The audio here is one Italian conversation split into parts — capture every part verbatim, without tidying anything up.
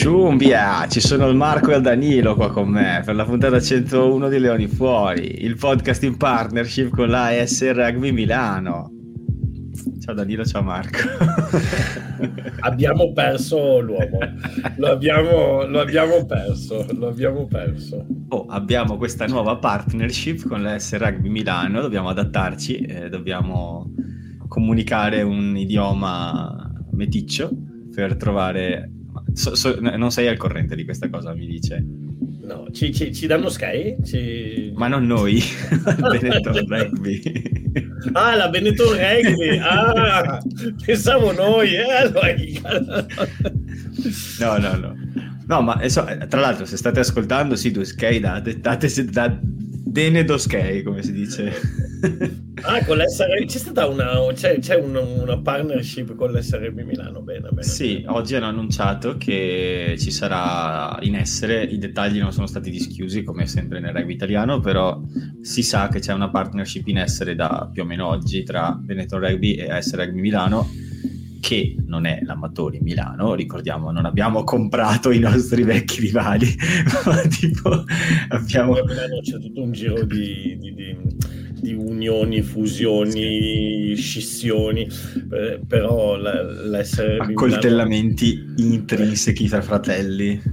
Ciumbia, ci sono il Marco e il Danilo qua con me per la puntata centouno di Leoni Fuori, il podcast in partnership con la A S Rugby Milano. Ciao Danilo, ciao Marco. Abbiamo perso l'uomo, lo abbiamo, lo abbiamo perso, lo abbiamo perso. Oh, abbiamo questa nuova partnership con la A S Rugby Milano, dobbiamo adattarci, eh, dobbiamo comunicare un idioma meticcio per trovare... So, so, non sei al corrente di questa cosa, mi dice. No, ci, ci, ci danno Sky? Ci... Ma non noi, Benetton Rugby. Ah, la Benetton Rugby! Ah, pensavo noi, eh? No, no, no. No, ma so, tra l'altro, se state ascoltando, sì, do Sky, date, date, date dene do Sky, come si dice. Ah, con l'S R B c'è stata una, c'è, c'è una, una partnership con l'S R B Milano, bene, bene. Sì, bene. oggi hanno annunciato che ci sarà in essere, i dettagli non sono stati dischiusi come sempre nel rugby italiano, però si sa che c'è una partnership in essere da più o meno oggi tra Benetton Rugby e A S Rugby Milano, che non è l'Amatori Milano, ricordiamo, non abbiamo comprato i nostri vecchi rivali, ma tipo abbiamo... A Milano c'è tutto un giro di... di, di... di unioni, fusioni, scissioni, eh, però la, la S R B accoltellamenti Milano... intrinsechi tra fratelli.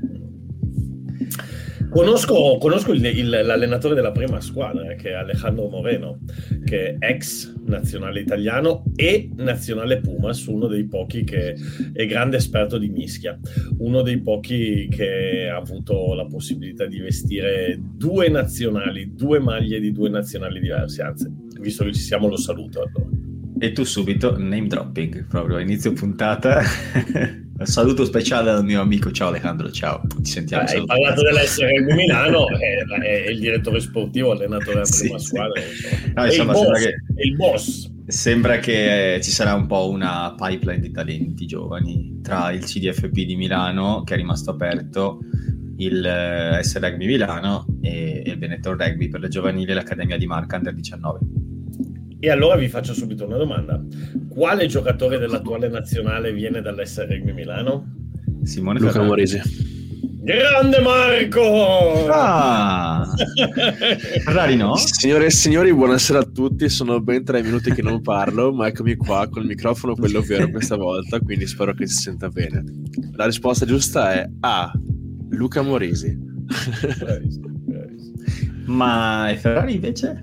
Conosco, conosco il, il, l'allenatore della prima squadra, che è Alejandro Moreno, che è ex nazionale italiano e nazionale Pumas, uno dei pochi che è grande esperto di mischia, uno dei pochi che ha avuto la possibilità di vestire due nazionali, due maglie di due nazionali diverse, anzi, visto che ci siamo lo saluto allora. E tu subito name dropping, proprio a inizio puntata. Saluto speciale al mio amico, ciao Alejandro, ciao, ci sentiamo. Ah, hai parlato dell'S R B Milano, è, è il direttore sportivo, allenatore della prima sì, squadra, sì. No, è, insomma, il boss, che, è il boss. Sembra che ci sarà un po' una pipeline di talenti giovani tra il C D F P di Milano, che è rimasto aperto, il A S Rugby Milano e il Benetton Rugby per le giovanili e l'Accademia di Marca Under diciannove. E allora vi faccio subito una domanda: quale giocatore dell'attuale nazionale viene dall'S R B Milano? Simone Luca Ferrari. Moresi. Grande Marco! Ah! Ferrari no? Signore e signori, buonasera a tutti. Sono ben tre minuti che non parlo, ma eccomi qua col microfono quello vero questa volta, quindi spero che si senta bene. La risposta giusta è A. Luca Moresi. Bravissimo, bravissimo. Ma e Ferrari invece?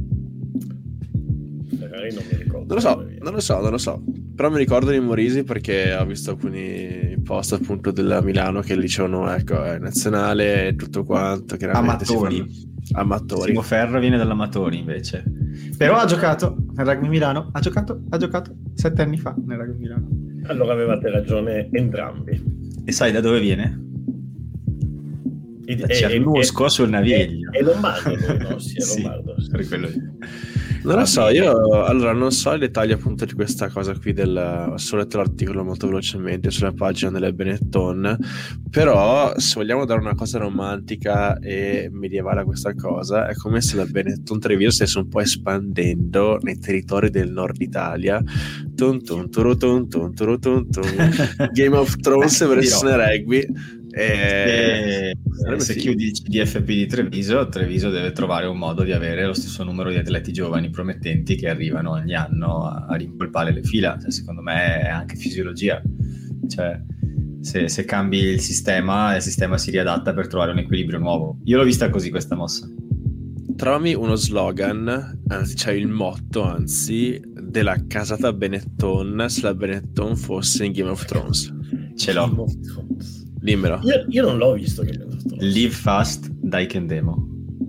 Non mi ricordo. Non lo so, non lo so, non lo so. Però mi ricordo di Morisi perché ho visto alcuni post appunto della Milano che dicevano ecco, è nazionale e tutto quanto. Amatori. Fanno... Amatori. Simo Ferro viene dall'Amatori invece. Però ha giocato nel Rugby Milano, ha giocato, ha giocato sette anni fa nel Rugby Milano. Allora avevate ragione entrambi. E sai da dove viene? Da Cernusco sul Naviglio. È, è Lombardo, no? Sì, è sì, Lombardo. Sì. Per quello lì. Non lo so, io allora non so i dettagli appunto di questa cosa qui del, ho solo letto l'articolo molto velocemente sulla pagina delle Benetton, però se vogliamo dare una cosa romantica e medievale a questa cosa è come se la Benetton Treviso stesse un po' espandendo nei territori del nord Italia. Tun tun turu tun tun turu tun tun. Game of Thrones versione rugby. E e se chiudi il C D F P di Treviso, Treviso deve trovare un modo di avere lo stesso numero di atleti giovani promettenti che arrivano ogni anno a, a rimpolpare le fila. Cioè, secondo me è anche fisiologia, cioè se, se cambi il sistema, il sistema si riadatta per trovare un equilibrio nuovo. Io l'ho vista così questa mossa. Trovami uno slogan, anzi c'è il motto anzi della casata Benetton se la Benetton fosse in Game of Thrones. Ce l'ho. Dimmelo. Io, io non l'ho visto. Che Live fast, die can demo.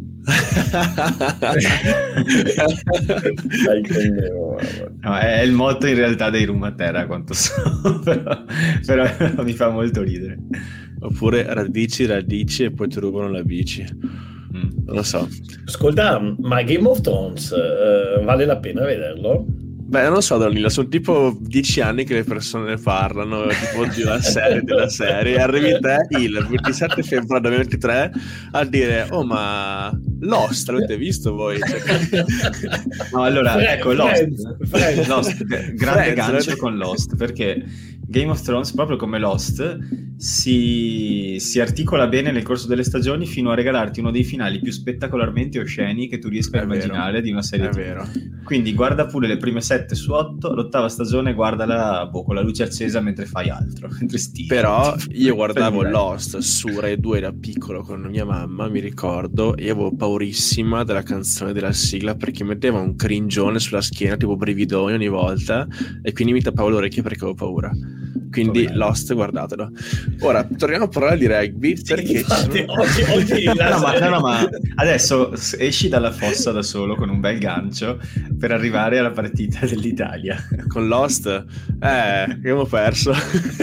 Dai, che demo. No, è il motto in realtà dei Rumatera, a quanto so, però, però mi fa molto ridere. Oppure radici, radici e poi ti rubano la bici. Mm. Non lo so. Ascolta, ma Game of Thrones uh, vale la pena vederlo? Beh, non lo so, Danilo, sono tipo dieci anni che le persone ne parlano, tipo di una serie, della serie, e arrivi te il ventisette febbraio duemilaventitré a dire, oh ma Lost, l'avete visto voi? Cioè... No, allora, Friends, ecco, Lost, Friends, Friends. Lost grande Friends, gancio Friends. con Lost, perché Game of Thrones, proprio come Lost, si, si articola bene nel corso delle stagioni fino a regalarti uno dei finali più spettacolarmente osceni che tu riesca a immaginare di una serie è T V. vero. Quindi guarda pure le prime sette su otto, l'ottava stagione guardala boh, con la luce accesa mentre fai altro, mentre stiri. Però io guardavo Per Lost su Rai due da piccolo con mia mamma, mi ricordo, e avevo paurissima della canzone della sigla perché metteva un cringione sulla schiena, tipo brividoni ogni volta, e quindi mi tappavo le orecchie perché avevo paura. Quindi Come Lost, guardatelo. Ora torniamo a parlare di rugby, Sì, perché infatti, ci sono... oggi, oggi no, la no, ma, serie- no, no, ma adesso esci dalla fossa da solo con un bel gancio per arrivare alla partita dell'Italia. con Lost, eh, abbiamo perso.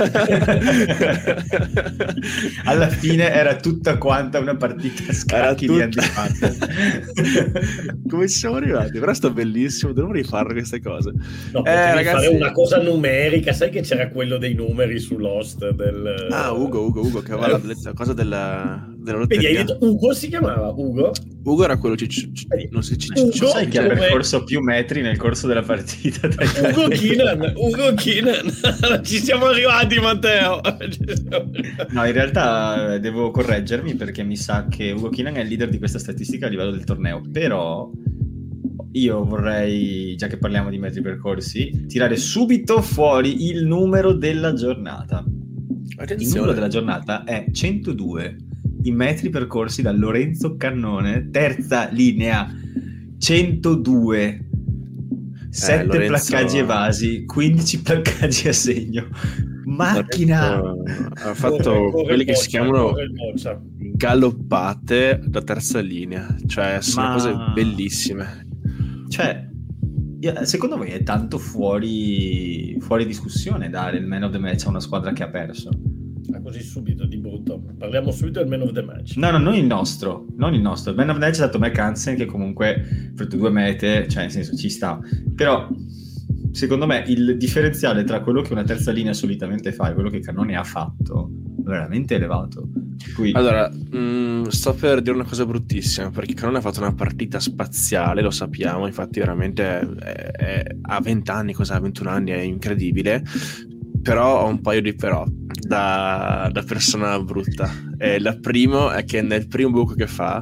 Alla fine era tutta quanta una partita a scacchi Era di tutta- antipasto. Come ci siamo arrivati? Però sta bellissimo, dovremmo rifare queste cose. No, Eh, potevi ragazzi- fare una cosa numerica, sai che c'era quello dei numeri su Lost del... Ah, Ugo, Ugo, Ugo, che aveva la, la cosa della, della Vedi, hai lotteria. detto Ugo si chiamava Ugo? Ugo era quello cic- cic- non si cic- Ugo? cic- Sai che ha Come- percorso più metri nel corso della partita? dai- Ugo Keenan, Ugo Keenan. Ci siamo arrivati, Matteo. No, in realtà eh, devo correggermi perché mi sa che Ugo Keenan è il leader di questa statistica a livello del torneo, però io vorrei, già che parliamo di metri percorsi, tirare subito fuori il numero della giornata. Il Attenzione. numero della giornata è centodue, i metri percorsi da Lorenzo Cannone, terza linea, centodue, sette Lorenzo- placcaggi evasi, quindici placcaggi a segno. Macchina! Lorenzo ha fatto Corre, corre quelli che boccia, si chiamano corre boccia. galoppate da terza linea, cioè sono Ma- cose bellissime. Cioè, io- secondo voi è tanto fuori, fuori discussione dare il man of the match a una squadra che ha perso? Ah, così subito, di brutto. Parliamo subito del man of the match. No, no, non il nostro, non il nostro. Il man of the match è stato Mac Hansen, che comunque per due mete, cioè nel senso ci sta. Però, secondo me, il differenziale tra quello che una terza linea solitamente fa e quello che Cannone ha fatto è veramente elevato. Per cui, Allora, mh, sto per dire una cosa bruttissima, perché Cannone ha fatto una partita spaziale, lo sappiamo, infatti veramente è, è- ha venti anni, cosa ha ventuno anni, è incredibile, però ho un paio di però da, da persona brutta. E il primo è che nel primo buco che fa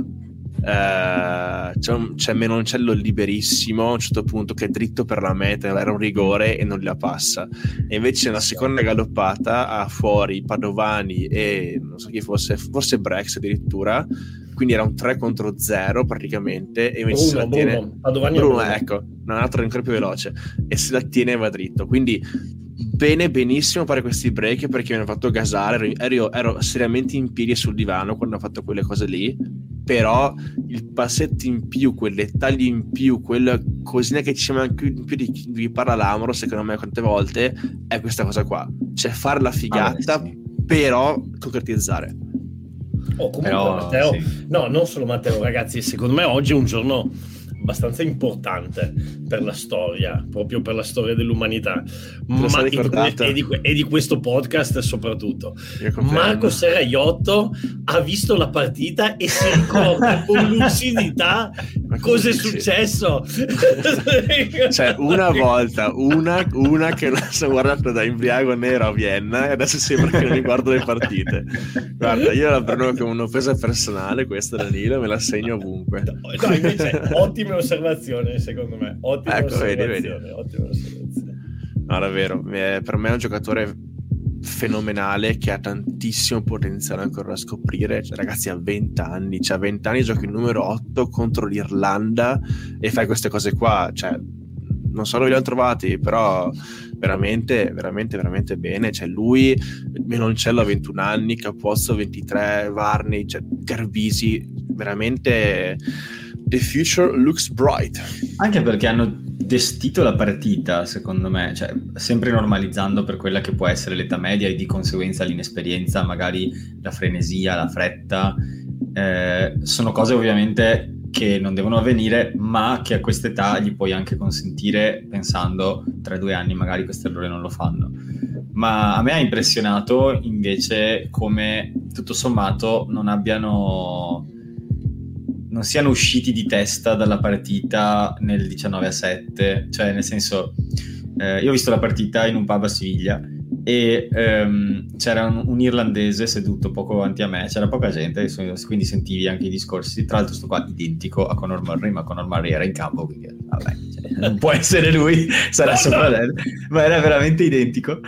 eh, c'è, un, c'è Menoncello liberissimo a un certo punto che è dritto per la meta, era un rigore e non la passa, e invece nella seconda galoppata ha fuori Padovani e non so chi fosse, forse Brex addirittura, quindi era un tre contro zero praticamente, e invece se Bruno, la tiene Bruno, Padovani Bruno, Bruno. ecco, un altro ancora più veloce, e se la tiene va dritto, quindi bene, benissimo fare questi break perché mi hanno fatto gasare, ero, ero, ero seriamente in piedi sul divano quando ho fatto quelle cose lì, però il passetto in più, quel dettaglio in più, quella cosina che ci sembra anche in più di di chi parla l'amoro, secondo me quante volte, è questa cosa qua, cioè fare la figata Ah, beh, sì. però concretizzare. Oh, comunque, Però, Matteo, sì. no, non solo Matteo, ragazzi, secondo me oggi è un giorno abbastanza importante per la storia, proprio per la storia dell'umanità, lo sei ma e di, ricordato? e, di, e di questo podcast soprattutto. Io confermo. Marco Serraiotto ha visto la partita e si ricorda con lucidità Ma cosa è come dici? successo. Cioè, una volta, una, una che la sono guardata da imbriago nero a Vienna, e adesso sembra che non mi guardo le partite. Guarda, io la prendo come un'offesa personale, questa Danilo, me la segno ovunque. No, invece, ottima osservazione, secondo me. Ottima Ecco, vedi, osservazione, vedi. ottima osservazione. No, davvero, eh, per me è un giocatore fenomenale che ha tantissimo potenziale ancora da scoprire. Cioè, ragazzi, ha venti anni, cioè a venti anni giochi il numero otto contro l'Irlanda e fai queste cose qua, cioè non so dove li hanno trovati, però veramente, veramente, veramente bene. Cioè lui, Menoncello ha ventuno anni, Capozzo ventitré, Varney, cioè Garbisi, veramente the future looks bright. Anche perché hanno gestito la partita, secondo me, cioè sempre normalizzando per quella che può essere l'età media e di conseguenza l'inesperienza, magari la frenesia, la fretta, eh, sono cose ovviamente che non devono avvenire, ma che a quest'età gli puoi anche consentire, pensando tra due anni magari questo errore non lo fanno. Ma a me ha impressionato invece come tutto sommato non abbiano non siano usciti di testa dalla partita nel diciannove a sette, cioè nel senso, eh, io ho visto la partita in un pub a Siviglia e um, c'era un, un irlandese seduto poco avanti a me, c'era poca gente, quindi sentivi anche i discorsi. Tra l'altro sto qua identico a Conor Murray, ma Conor Murray era in campo, quindi vabbè, cioè, non può essere lui, sarà suo fratello, ma era veramente identico.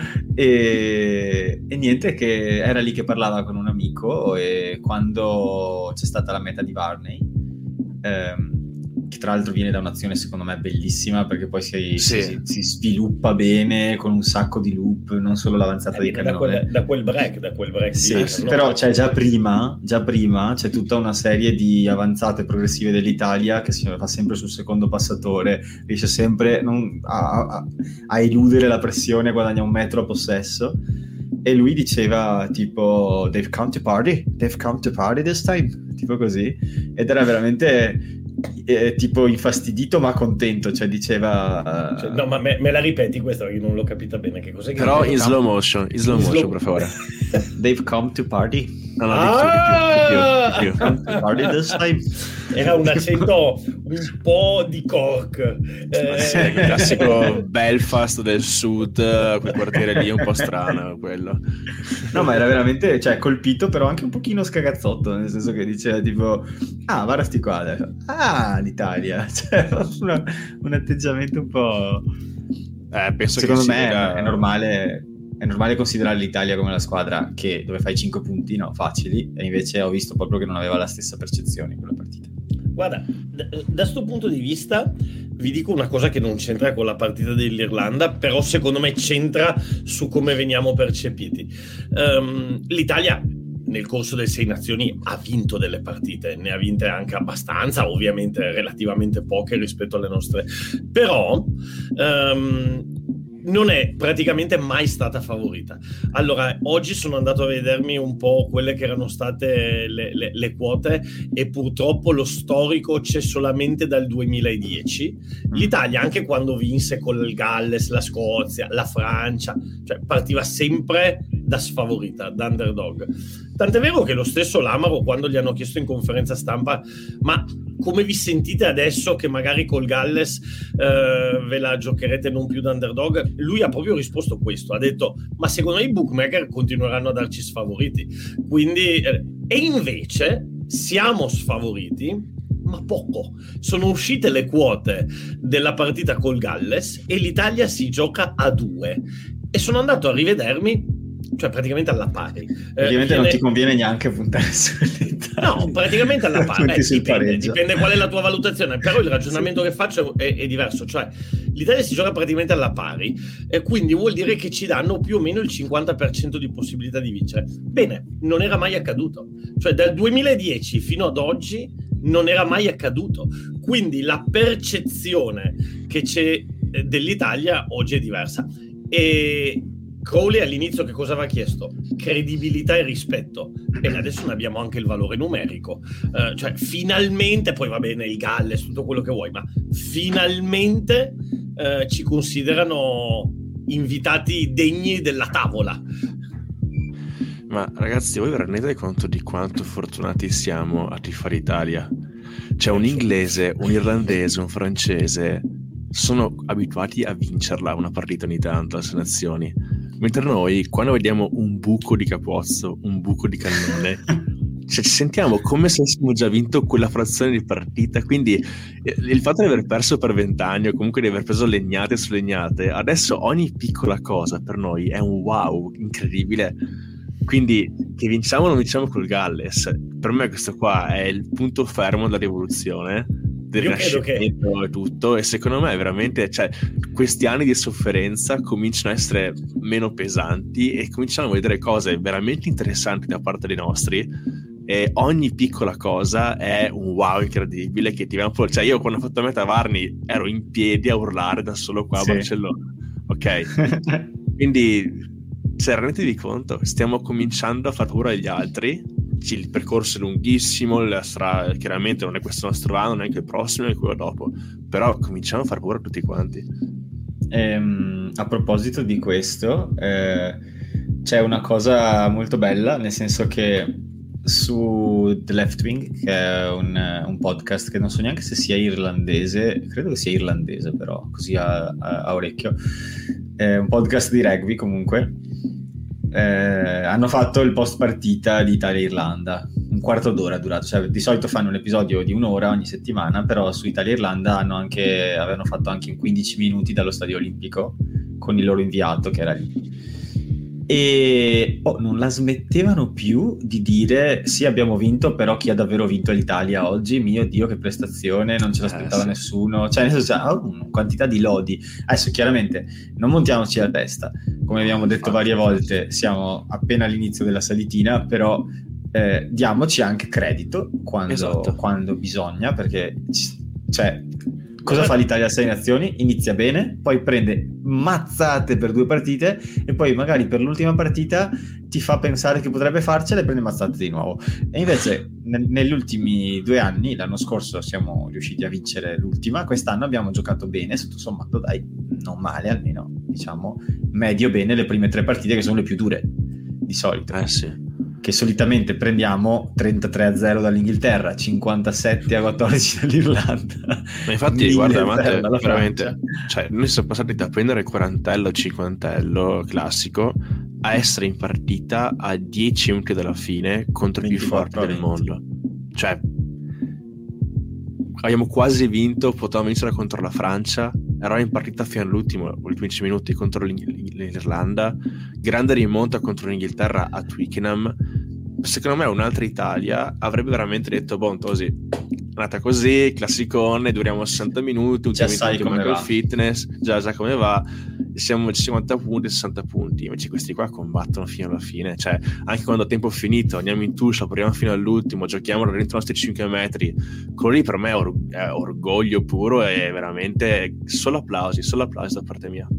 E, e niente, che era lì che parlava con un amico, e quando c'è stata la meta di Varney, ehm, che tra l'altro viene da un'azione secondo me bellissima, perché poi si, sì. si, si sviluppa bene con un sacco di loop, non solo l'avanzata eh, di da, cannone quel, da quel break da quel break sì, di, sì, no? però c'è già prima già prima c'è tutta una serie di avanzate progressive dell'Italia che si fa sempre sul secondo passatore, riesce sempre non, a, a, a eludere la pressione, guadagna un metro a possesso, e lui diceva tipo they've come to party they've come to party this time, tipo così, ed era veramente Eh, tipo infastidito ma contento, cioè diceva cioè, no, ma me, me la ripeti questa perché non l'ho capita bene, che cos'è che però in slow motion in slow in motion slow... per favore. They've come to party. No, no, ah! di più, di più, di più. Come to party this time. Era un accento un po' di Cork, eh... sì, il classico Belfast del sud, quel quartiere lì un po' strano quello. No, ma era veramente, cioè, colpito, però anche un pochino scagazzotto, nel senso che diceva tipo ah, guarda sti qua adesso. Ah, l'Italia, cioè una, un atteggiamento un po' eh, penso secondo che me sia... è normale è normale considerare l'Italia come la squadra che dove fai cinque punti, no, facili, e invece ho visto proprio che non aveva la stessa percezione in quella partita. Guarda, da sto punto di vista vi dico una cosa che non c'entra con la partita dell'Irlanda, però secondo me c'entra su come veniamo percepiti. Um, L'Italia nel corso delle sei nazioni ha vinto delle partite, ne ha vinte anche abbastanza, ovviamente relativamente poche rispetto alle nostre, però um, non è praticamente mai stata favorita. Allora, oggi sono andato a vedermi un po' quelle che erano state le, le, le quote, e purtroppo lo storico c'è solamente dal duemiladieci. L'Italia, anche quando vinse con il Galles, la Scozia, la Francia, cioè partiva sempre da sfavorita, da underdog. Tant'è vero che lo stesso Lamaro, quando gli hanno chiesto in conferenza stampa ma come vi sentite adesso che magari col Galles eh, ve la giocherete non più da underdog, lui ha proprio risposto questo, ha detto ma secondo me i bookmaker continueranno a darci sfavoriti, quindi eh, e invece siamo sfavoriti ma poco. Sono uscite le quote della partita col Galles e l'Italia si gioca a due, e sono andato a rivedermi, cioè praticamente alla pari. Praticamente eh, non viene... ti conviene neanche puntare sull'Italia. No, praticamente alla pari. Eh, dipende, pareggio. dipende qual è la tua valutazione, però il ragionamento sì. che faccio è, è diverso, cioè l'Italia si gioca praticamente alla pari, e quindi vuol dire che ci danno più o meno il cinquanta per cento di possibilità di vincere. Bene, non era mai accaduto, cioè dal duemiladieci fino ad oggi non era mai accaduto, quindi la percezione che c'è dell'Italia oggi è diversa. E Crowley all'inizio che cosa aveva chiesto? Credibilità e rispetto, e adesso ne abbiamo anche il valore numerico, uh, cioè finalmente, poi va bene il Galles, tutto quello che vuoi, ma finalmente uh, ci considerano invitati degni della tavola. Ma ragazzi, voi vi rendete conto di quanto fortunati siamo a tifare Italia? C'è un inglese, un irlandese, un francese sono abituati a vincerla una partita ogni tanto alle nazioni, mentre noi quando vediamo un buco di Capozzo, un buco di cannone, cioè ci sentiamo come se avessimo già vinto quella frazione di partita. Quindi il fatto di aver perso per vent'anni o comunque di aver preso legnate su legnate, adesso ogni piccola cosa per noi è un wow incredibile. Quindi che vinciamo o non vinciamo col Galles, per me questo qua è il punto fermo della rivoluzione, del rinascimento che... e tutto, e secondo me veramente, cioè, questi anni di sofferenza cominciano a essere meno pesanti e cominciamo a vedere cose veramente interessanti da parte dei nostri, e ogni piccola cosa è un wow incredibile che ti va un po', cioè io quando ho fatto Meta Varney ero in piedi a urlare da solo qua a sì. Barcellona, ok? Quindi cioè rendetevi conto, stiamo cominciando a far paura agli altri. Il percorso è lunghissimo, la strada chiaramente non è questo nostro anno, neanche il prossimo, neanche quello dopo, però cominciamo a far paura a tutti quanti. Ehm, a proposito di questo, eh, c'è una cosa molto bella, nel senso che su The Left Wing, che è un, un podcast che non so neanche se sia irlandese, credo che sia irlandese però, così a, a, a orecchio, è un podcast di rugby comunque, eh, hanno fatto il post partita di Italia-Irlanda, un quarto d'ora è durato, cioè di solito fanno un episodio di un'ora ogni settimana, però su Italia-Irlanda hanno anche, avevano fatto anche in quindici minuti dallo Stadio Olimpico con il loro inviato che era lì. E oh, non la smettevano più di dire sì, abbiamo vinto, però chi ha davvero vinto è l'Italia oggi, mio Dio che prestazione, non ce l'aspettava eh, sì. nessuno, cioè nel senso, oh, una quantità di lodi. Adesso chiaramente non montiamoci la testa, come abbiamo detto varie volte, siamo appena all'inizio della salitina, però eh, diamoci anche credito quando, esatto. quando bisogna, perché cioè cosa fa l'Italia a sei nazioni? Inizia bene, poi prende mazzate per due partite e poi magari per l'ultima partita ti fa pensare che potrebbe farcela e prende mazzate di nuovo. E invece ne- negli ultimi due anni, l'anno scorso siamo riusciti a vincere l'ultima, quest'anno abbiamo giocato bene, tutto sommato dai, non male almeno, diciamo medio bene le prime tre partite che sono le più dure di solito. Eh sì. Che solitamente prendiamo trentatré a zero dall'Inghilterra, cinquantasette a quattordici dall'Irlanda. Ma infatti, guarda, Matte, veramente, cioè, noi siamo passati da prendere il quarantello, cinquantello classico a essere in partita a dieci minuti dalla fine contro i più forti del mondo. Cioè, abbiamo quasi vinto, potevamo vincere contro la Francia, eravamo in partita fino all'ultimo, gli quindici minuti contro l'Irlanda, grande rimonta contro l'Inghilterra a Twickenham. Secondo me un'altra Italia avrebbe veramente detto boh, così è andata così, classicone, duriamo sessanta minuti, già sai come va, il fitness, già sai come va, siamo cinquanta punti, sessanta punti. Invece questi qua combattono fino alla fine, cioè anche quando a tempo finito andiamo in touche, proviamo fino all'ultimo, giochiamo dentro i nostri cinque metri, quello lì per me è, or- è orgoglio puro e veramente solo applausi, solo applausi da parte mia.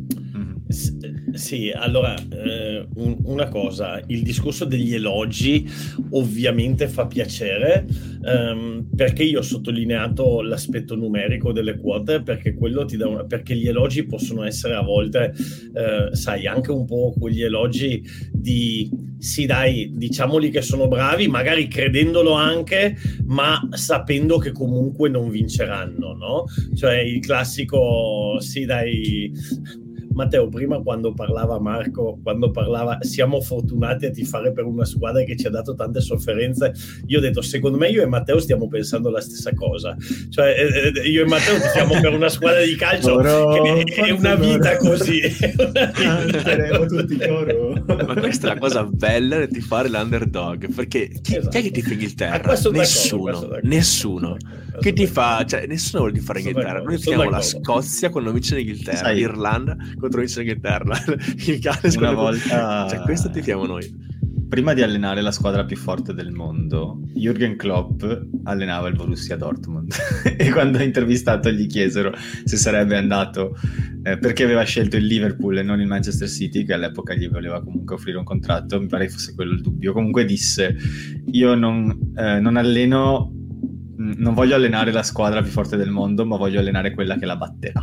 Sì, allora eh, un, una cosa, il discorso degli elogi ovviamente fa piacere, ehm, perché io ho sottolineato l'aspetto numerico delle quote, perché quello ti dà una, perché gli elogi possono essere a volte, eh, sai, anche un po' quegli elogi di sì dai, diciamoli che sono bravi, magari credendolo anche, ma sapendo che comunque non vinceranno, no? Cioè il classico sì dai. Matteo, prima quando parlava Marco, quando parlava siamo fortunati a tifare per una squadra che ci ha dato tante sofferenze, io ho detto secondo me io e Matteo stiamo pensando la stessa cosa, cioè eh, io e Matteo tifiamo per una squadra di calcio Oro, che è, è una vita oro. Così è una vita. Tutti coro. Ma questa è la cosa bella di fare l'underdog, perché chi, esatto. chi è che ti fa Inghilterra? Nessuno, nessuno che ti fa, cioè nessuno vuole fare Inghilterra, noi tifiamo la Scozia quando vince l'Inghilterra, Sai. l'Irlanda contro vince l'Inghilterra, il Galles una volta, cioè questo tifiamo noi. Prima di allenare la squadra più forte del mondo, Jürgen Klopp allenava il Borussia Dortmund e quando ha intervistato gli chiesero se sarebbe andato eh, perché aveva scelto il Liverpool e non il Manchester City, che all'epoca gli voleva comunque offrire un contratto, mi pare che fosse quello il dubbio. Comunque disse io non, eh, non alleno non voglio allenare la squadra più forte del mondo, ma voglio allenare quella che la batterà.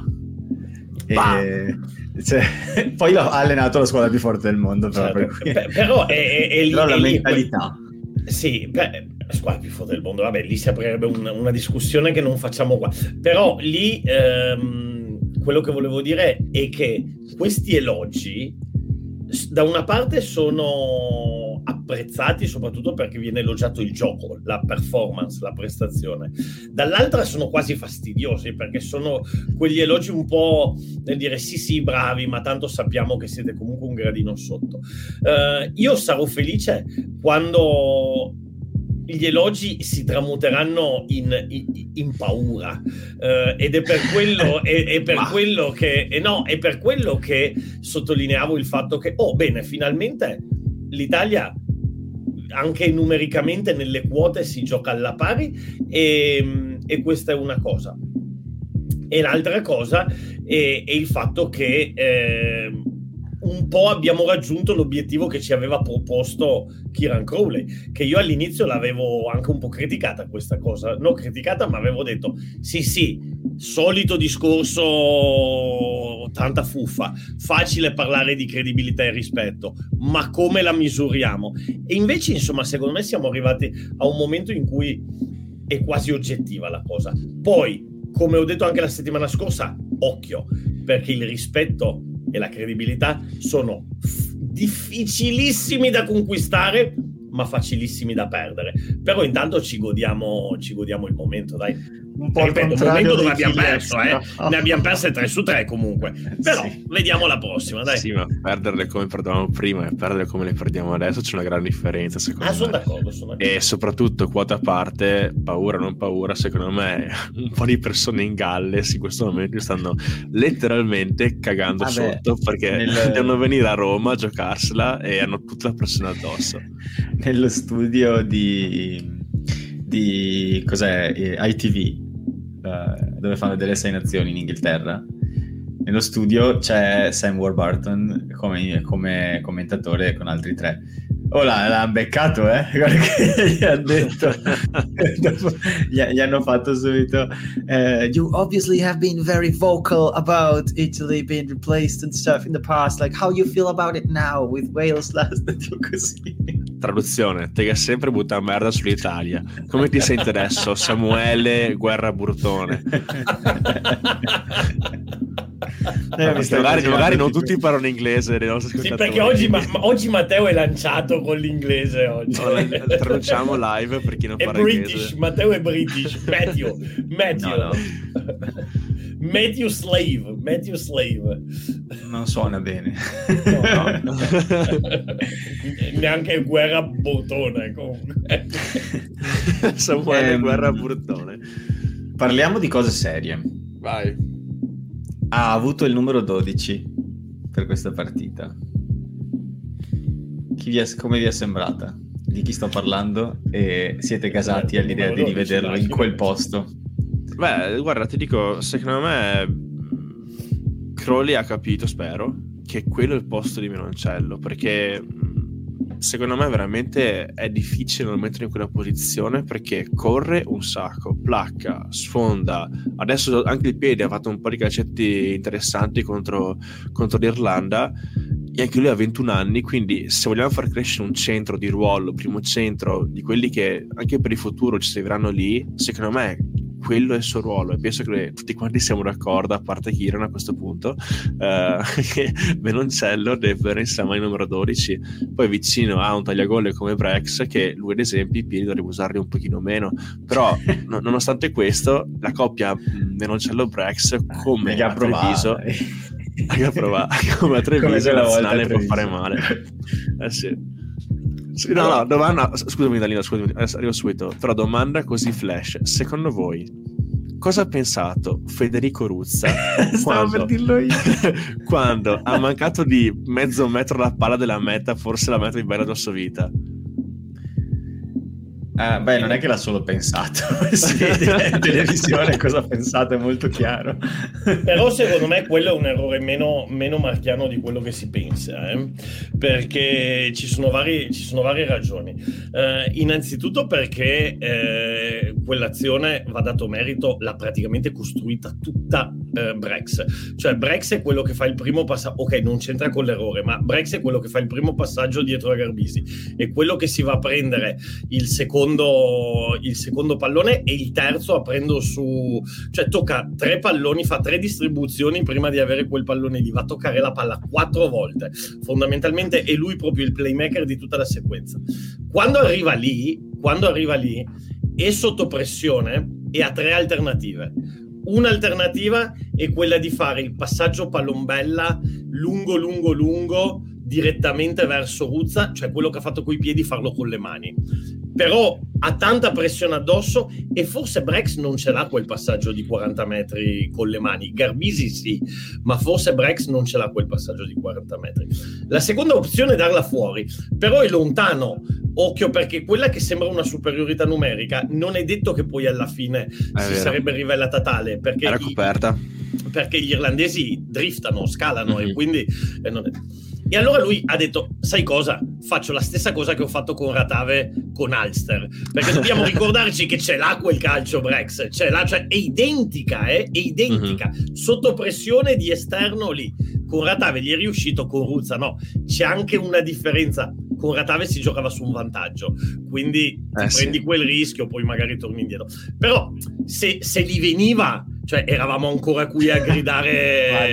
E, cioè, poi ha allenato la squadra più forte del mondo, però, certo. per cui... però, è, è, è lì, però è la lì, mentalità que... sì, beh, la squadra più forte del mondo, vabbè, lì si aprirebbe una, una discussione che non facciamo qua, però lì ehm, quello che volevo dire è che questi elogi da una parte sono apprezzati soprattutto perché viene elogiato il gioco, la performance, la prestazione, dall'altra sono quasi fastidiosi perché sono quegli elogi un po' nel dire sì sì bravi ma tanto sappiamo che siete comunque un gradino sotto. Uh, io sarò felice quando gli elogi si tramuteranno in, in, in paura uh, ed è per quello è, è per Ma... quello che eh no è per quello che sottolineavo il fatto che oh bene finalmente l'Italia anche numericamente nelle quote si gioca alla pari e, e questa è una cosa, e l'altra cosa è, è il fatto che eh, un po' abbiamo raggiunto l'obiettivo che ci aveva proposto Kieran Crowley, che io all'inizio l'avevo anche un po' criticata questa cosa, non criticata ma avevo detto sì sì, solito discorso tanta fuffa, facile parlare di credibilità e rispetto, ma come la misuriamo? E invece insomma secondo me siamo arrivati a un momento in cui è quasi oggettiva la cosa. Poi come ho detto anche la settimana scorsa, occhio, perché il rispetto e la credibilità sono f- difficilissimi da conquistare, ma facilissimi da perdere. Però intanto ci godiamo, ci godiamo il momento, dai. Un po' Ripeto, un momento dove abbiamo perso, eh? Oh. Ne abbiamo perse tre su tre comunque. Però Sì. vediamo la prossima, dai. Sì, ma perderle come perdevamo prima e perderle come le perdiamo adesso c'è una gran differenza, secondo Ah, sono me. d'accordo, sono d'accordo. E soprattutto, quota a parte, paura o non paura, secondo me un po' di persone in Galles in questo momento stanno letteralmente cagando Vabbè, sotto perché nel- devono venire a Roma a giocarsela e hanno tutta la pressione addosso. Nello studio di, di cos'è? Eh, I T V, eh, dove fanno delle sei nazioni in Inghilterra. Nello studio c'è Sam Warburton come, come commentatore con altri tre. Oh, l'ha, l'ha beccato, eh? Guarda che gli ha detto. Dopo gli, gli hanno fatto subito. eh, you obviously have been very vocal about Italy being replaced and stuff in the past. Like, how you feel about it now with Wales last? Così. Traduzione, te che sempre butta merda sull'Italia. Come ti senti adesso, Samuele Guerra Burtone? Eh, mi stai magari, facendo magari non tipo- tutti parlano inglese dei nostri Sì, ascoltatori. perché oggi, ma, ma oggi Matteo è lanciato con l'inglese oggi. No, la- la traduciamo live per chi non È parla British, inglese. Matteo è British. Matthew, Matthew. No, no. Matthew Slave, Matthew Slave. Non suona bene. No, no. Neanche Guerra Bortone comunque. Samuele Ehm, Guerra Burtone. Parliamo di cose serie. Vai. Ha avuto il numero dodici per questa partita. Chi vi è, come vi è sembrata? Di chi sto parlando? E siete gasati Eh, all'idea di numero dodici, rivederlo dai, in quel sì. posto? Beh, guarda, ti dico, secondo me Crowley ha capito, spero, che quello è il posto di Menoncello, perché mh, secondo me veramente è difficile non mettere in quella posizione perché corre un sacco, placca, sfonda, adesso anche il piede ha fatto un po' di calcetti interessanti contro, contro l'Irlanda e anche lui ha ventuno anni, quindi se vogliamo far crescere un centro di ruolo, primo centro di quelli che anche per il futuro ci serviranno lì, secondo me quello è il suo ruolo e penso che tutti quanti siamo d'accordo, a parte Kiran a questo punto, eh, che Menoncello deve avere insieme al numero dodici, poi vicino a un tagliagole come Brex che lui ad esempio i piedi dovrebbe usarli un pochino meno, però no, nonostante questo la coppia Menoncello-Brex come Mica a Treviso provare. mica provare, come a Come Treviso quella volta nazionale a può Treviso. fare male. Eh sì. Sì, no, no, domanda, scusami Dalino, scusami, adesso arrivo subito, però domanda così flash, secondo voi cosa ha pensato Federico Ruzza Stavo quando, per dirlo io. quando ha mancato di mezzo metro la palla della meta, forse la meta di bella addosso vita? Ah, beh, non è che l'ha solo pensato, si vede in televisione cosa ha pensato, è molto chiaro. Però secondo me quello è un errore meno, meno marchiano di quello che si pensa, eh? Perché ci sono, vari, ci sono varie ragioni. Eh, innanzitutto perché eh, quell'azione, va dato merito, l'ha praticamente costruita tutta eh, Brex. Cioè Brex è quello che fa il primo passaggio, ok, non c'entra con l'errore, ma Brex è quello che fa il primo passaggio dietro a Garbisi, è quello che si va a prendere il secondo il secondo pallone e il terzo aprendo su, cioè tocca tre palloni, fa tre distribuzioni prima di avere quel pallone lì, va a toccare la palla quattro volte, fondamentalmente è lui proprio il playmaker di tutta la sequenza. Quando arriva lì quando arriva lì è sotto pressione e ha tre alternative. Un'alternativa è quella di fare il passaggio palombella lungo lungo lungo direttamente verso Ruzza, cioè quello che ha fatto coi piedi, farlo con le mani. Però ha tanta pressione addosso e forse Brex non ce l'ha quel passaggio di quaranta metri con le mani. Garbisi sì, ma forse Brex non ce l'ha quel passaggio di quaranta metri. La seconda opzione è darla fuori, però è lontano. Occhio, perché quella che sembra una superiorità numerica non è detto che poi alla fine È si vero. sarebbe rivelata tale, perché Era i- coperta. perché gli irlandesi driftano, scalano Mhm. e quindi eh, non è... E allora lui ha detto, sai cosa? Faccio la stessa cosa che ho fatto con Ratave con Ulster, perché dobbiamo ricordarci che ce l'ha quel calcio Brex, ce l'ha, cioè è identica, eh? È identica, sotto pressione di esterno lì. Con Ratave gli è riuscito, con Ruzza no. C'è anche una differenza, con Ratave si giocava su un vantaggio, quindi ti Eh, sì. prendi quel rischio, poi magari torni indietro. Però se, se gli veniva, cioè eravamo ancora qui a gridare Madonna.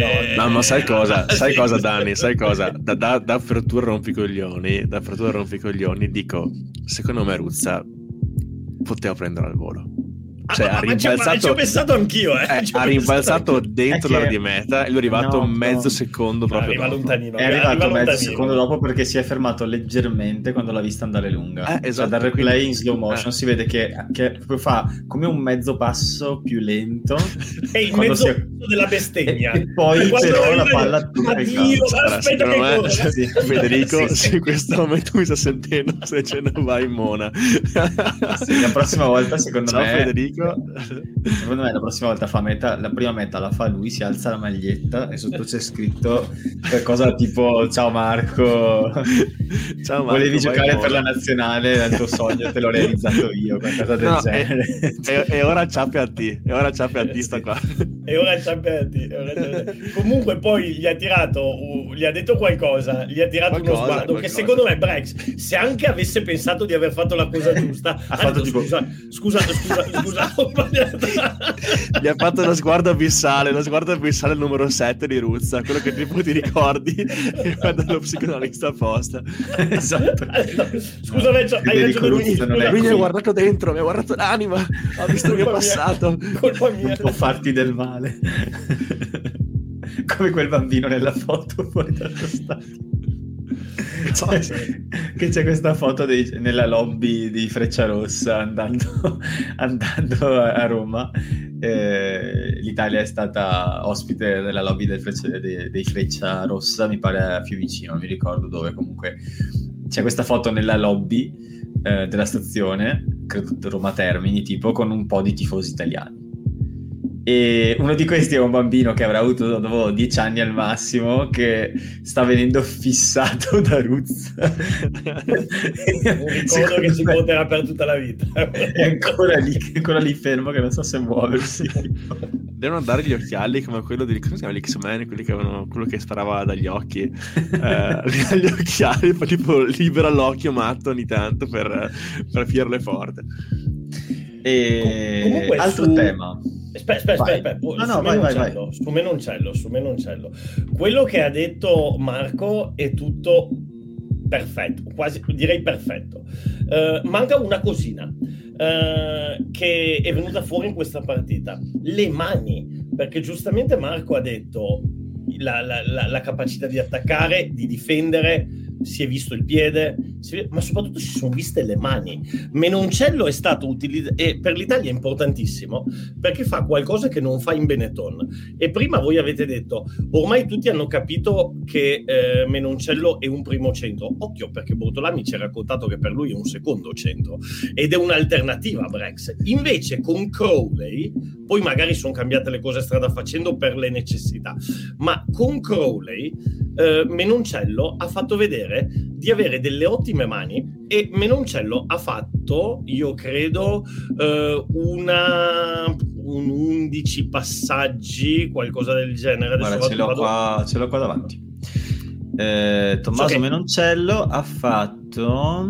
No, ma sai cosa? Sai cosa, Dani? Sai cosa? Da, da, da apertura rompicoglioni, da apertura rompicoglioni, dico, secondo me Ruzza poteva prendere al volo. Cioè, ah, ha rimbalzato, ci ho pensato anch'io, eh. eh, ha rimbalzato anch'io. dentro l'area di meta e lui è arrivato no, mezzo no. secondo proprio arriva dopo. lontanino, è arrivato arriva mezzo lontanino. secondo dopo perché si è fermato leggermente quando l'ha vista andare lunga. Eh, esatto, cioè, dal replay quindi, in slow motion eh. si vede che, che proprio fa come un mezzo passo più lento è il quando mezzo si è... della bestemmia e, e poi quando però la arriva- palla ma Dio, aspetta che me, corre. sì, Federico Sì, sì. in questo momento mi sta sentendo se ce ne vai in mona. Sì, la prossima volta secondo Ciao, me Federico. secondo me la prossima volta fa meta, la prima meta la fa lui, si alza la maglietta e sotto c'è scritto qualcosa tipo ciao Marco, Ciao Marco, volevi vai giocare in per la mona. nazionale, era il tuo sogno, te l'ho realizzato io, qualcosa del No, genere. e, e, e ora ciappe a te e ora ciappe a te sta qua. E ora ci aperti, e ora ci aperti. Comunque poi gli ha tirato uh, gli ha detto qualcosa, gli ha tirato Qualcosa, uno sguardo qualcosa. che secondo me Brex, se anche avesse pensato di aver fatto la cosa giusta, Ha fatto tipo- scusa, scusa, scusa, scusa, ho sbagliato. Gli ha fatto lo sguardo abissale, lo sguardo abissale numero sette di Ruzza, quello che tipo ti ricordi quando lo psicoanalista apposta. Esatto. Scusa Vecchio, hai Federico ragione lui, Ruzza non scusa, è Lui mi ha qui. guardato dentro, mi ha guardato l'anima, ha visto il mio Colpa mia. passato. Colpa mia. Non può farti del male. Come quel bambino nella foto fuori dallo stadio. Che c'è questa foto dei, nella lobby di Frecciarossa andando, andando a Roma. Eh, L'Italia è stata ospite della lobby del Freccia, dei, dei Frecciarossa, mi pare a Fiumicino, non mi ricordo dove. Comunque c'è questa foto nella lobby eh, della stazione, credo Roma Termini, tipo, con un po' di tifosi italiani. E uno di questi è un bambino che avrà avuto dopo dieci anni al massimo, che sta venendo fissato da Ruzza. Un ricordo che si porterà per tutta la vita. È ancora lì, è ancora lì fermo che non so se muoversi. Devono dare gli occhiali come quello di, come si chiama, l'X-Men, quelli che avevano, quello che sparava dagli occhi, eh, gli occhiali, poi tipo libera l'occhio matto ogni tanto per, per firle forte. E Comunque, altro su... tema. Aspetta, aspetta, Vai. aspetta. No, no, su vai, vai, Menoncello, su Menoncello, su Menoncello. Quello che ha detto Marco è tutto perfetto, quasi direi perfetto. Uh, manca una cosina uh, che è venuta fuori in questa partita: le mani, perché giustamente Marco ha detto la, la, la, la capacità di attaccare, di difendere. Si è visto il piede, si... ma soprattutto si sono viste le mani. Menoncello è stato utilizzato, e per l'Italia è importantissimo perché fa qualcosa che non fa in Benetton. E prima voi avete detto, ormai tutti hanno capito che eh, Menoncello è un primo centro. Occhio, perché Bortolami ci ha raccontato che per lui è un secondo centro ed è un'alternativa a Brex. Invece con Crowley, poi magari sono cambiate le cose strada facendo per le necessità, ma con Crowley eh, Menoncello ha fatto vedere di avere delle ottime mani e Menoncello ha fatto, io credo, eh, una un undici passaggi, qualcosa del genere. Adesso Guarda, ce l'ho, vado... qua, ce l'ho qua davanti. Eh, Tommaso So che... Menoncello ha fatto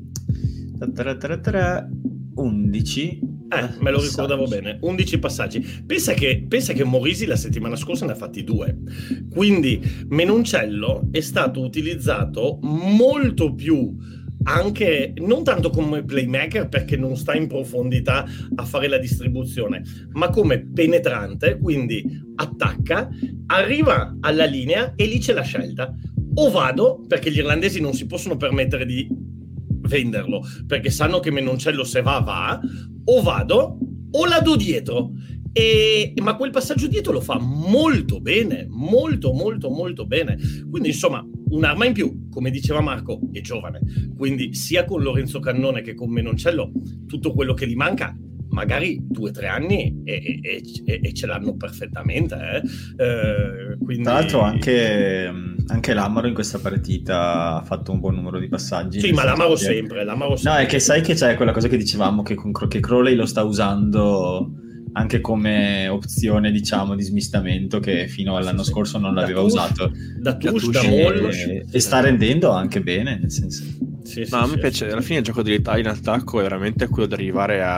undici. Eh, me lo ricordavo bene, undici passaggi. Pensa che, pensa che Morisi la settimana scorsa ne ha fatti due. Quindi Menoncello è stato utilizzato molto più, anche non tanto come playmaker perché non sta in profondità a fare la distribuzione, ma come penetrante, quindi attacca, arriva alla linea e lì c'è la scelta: o vado, perché gli irlandesi non si possono permettere di venderlo perché sanno che Menoncello se va va, o vado o la do dietro. E, ma quel passaggio dietro lo fa molto bene, molto molto molto bene. Quindi insomma un'arma in più, come diceva Marco, è giovane, quindi sia con Lorenzo Cannone che con Menoncello tutto quello che gli manca magari due o tre anni e, e, e, e ce l'hanno perfettamente, eh? Eh, quindi... Tra l'altro anche, anche l'Amaro in questa partita ha fatto un buon numero di passaggi. Sì, ma l'Amaro che... sempre, l'Amaro sempre. No, è che sai che c'è quella cosa che dicevamo, che, con, che Crowley lo sta usando anche come opzione, diciamo, di smistamento, che fino all'anno sì, scorso non l'aveva tush, usato. Da Tush, da Mollo. E, e sta rendendo anche bene, nel senso... Sì, sì, no, sì, a me sì, piace, sì. Alla fine il gioco dell'Italia in attacco è veramente quello di arrivare a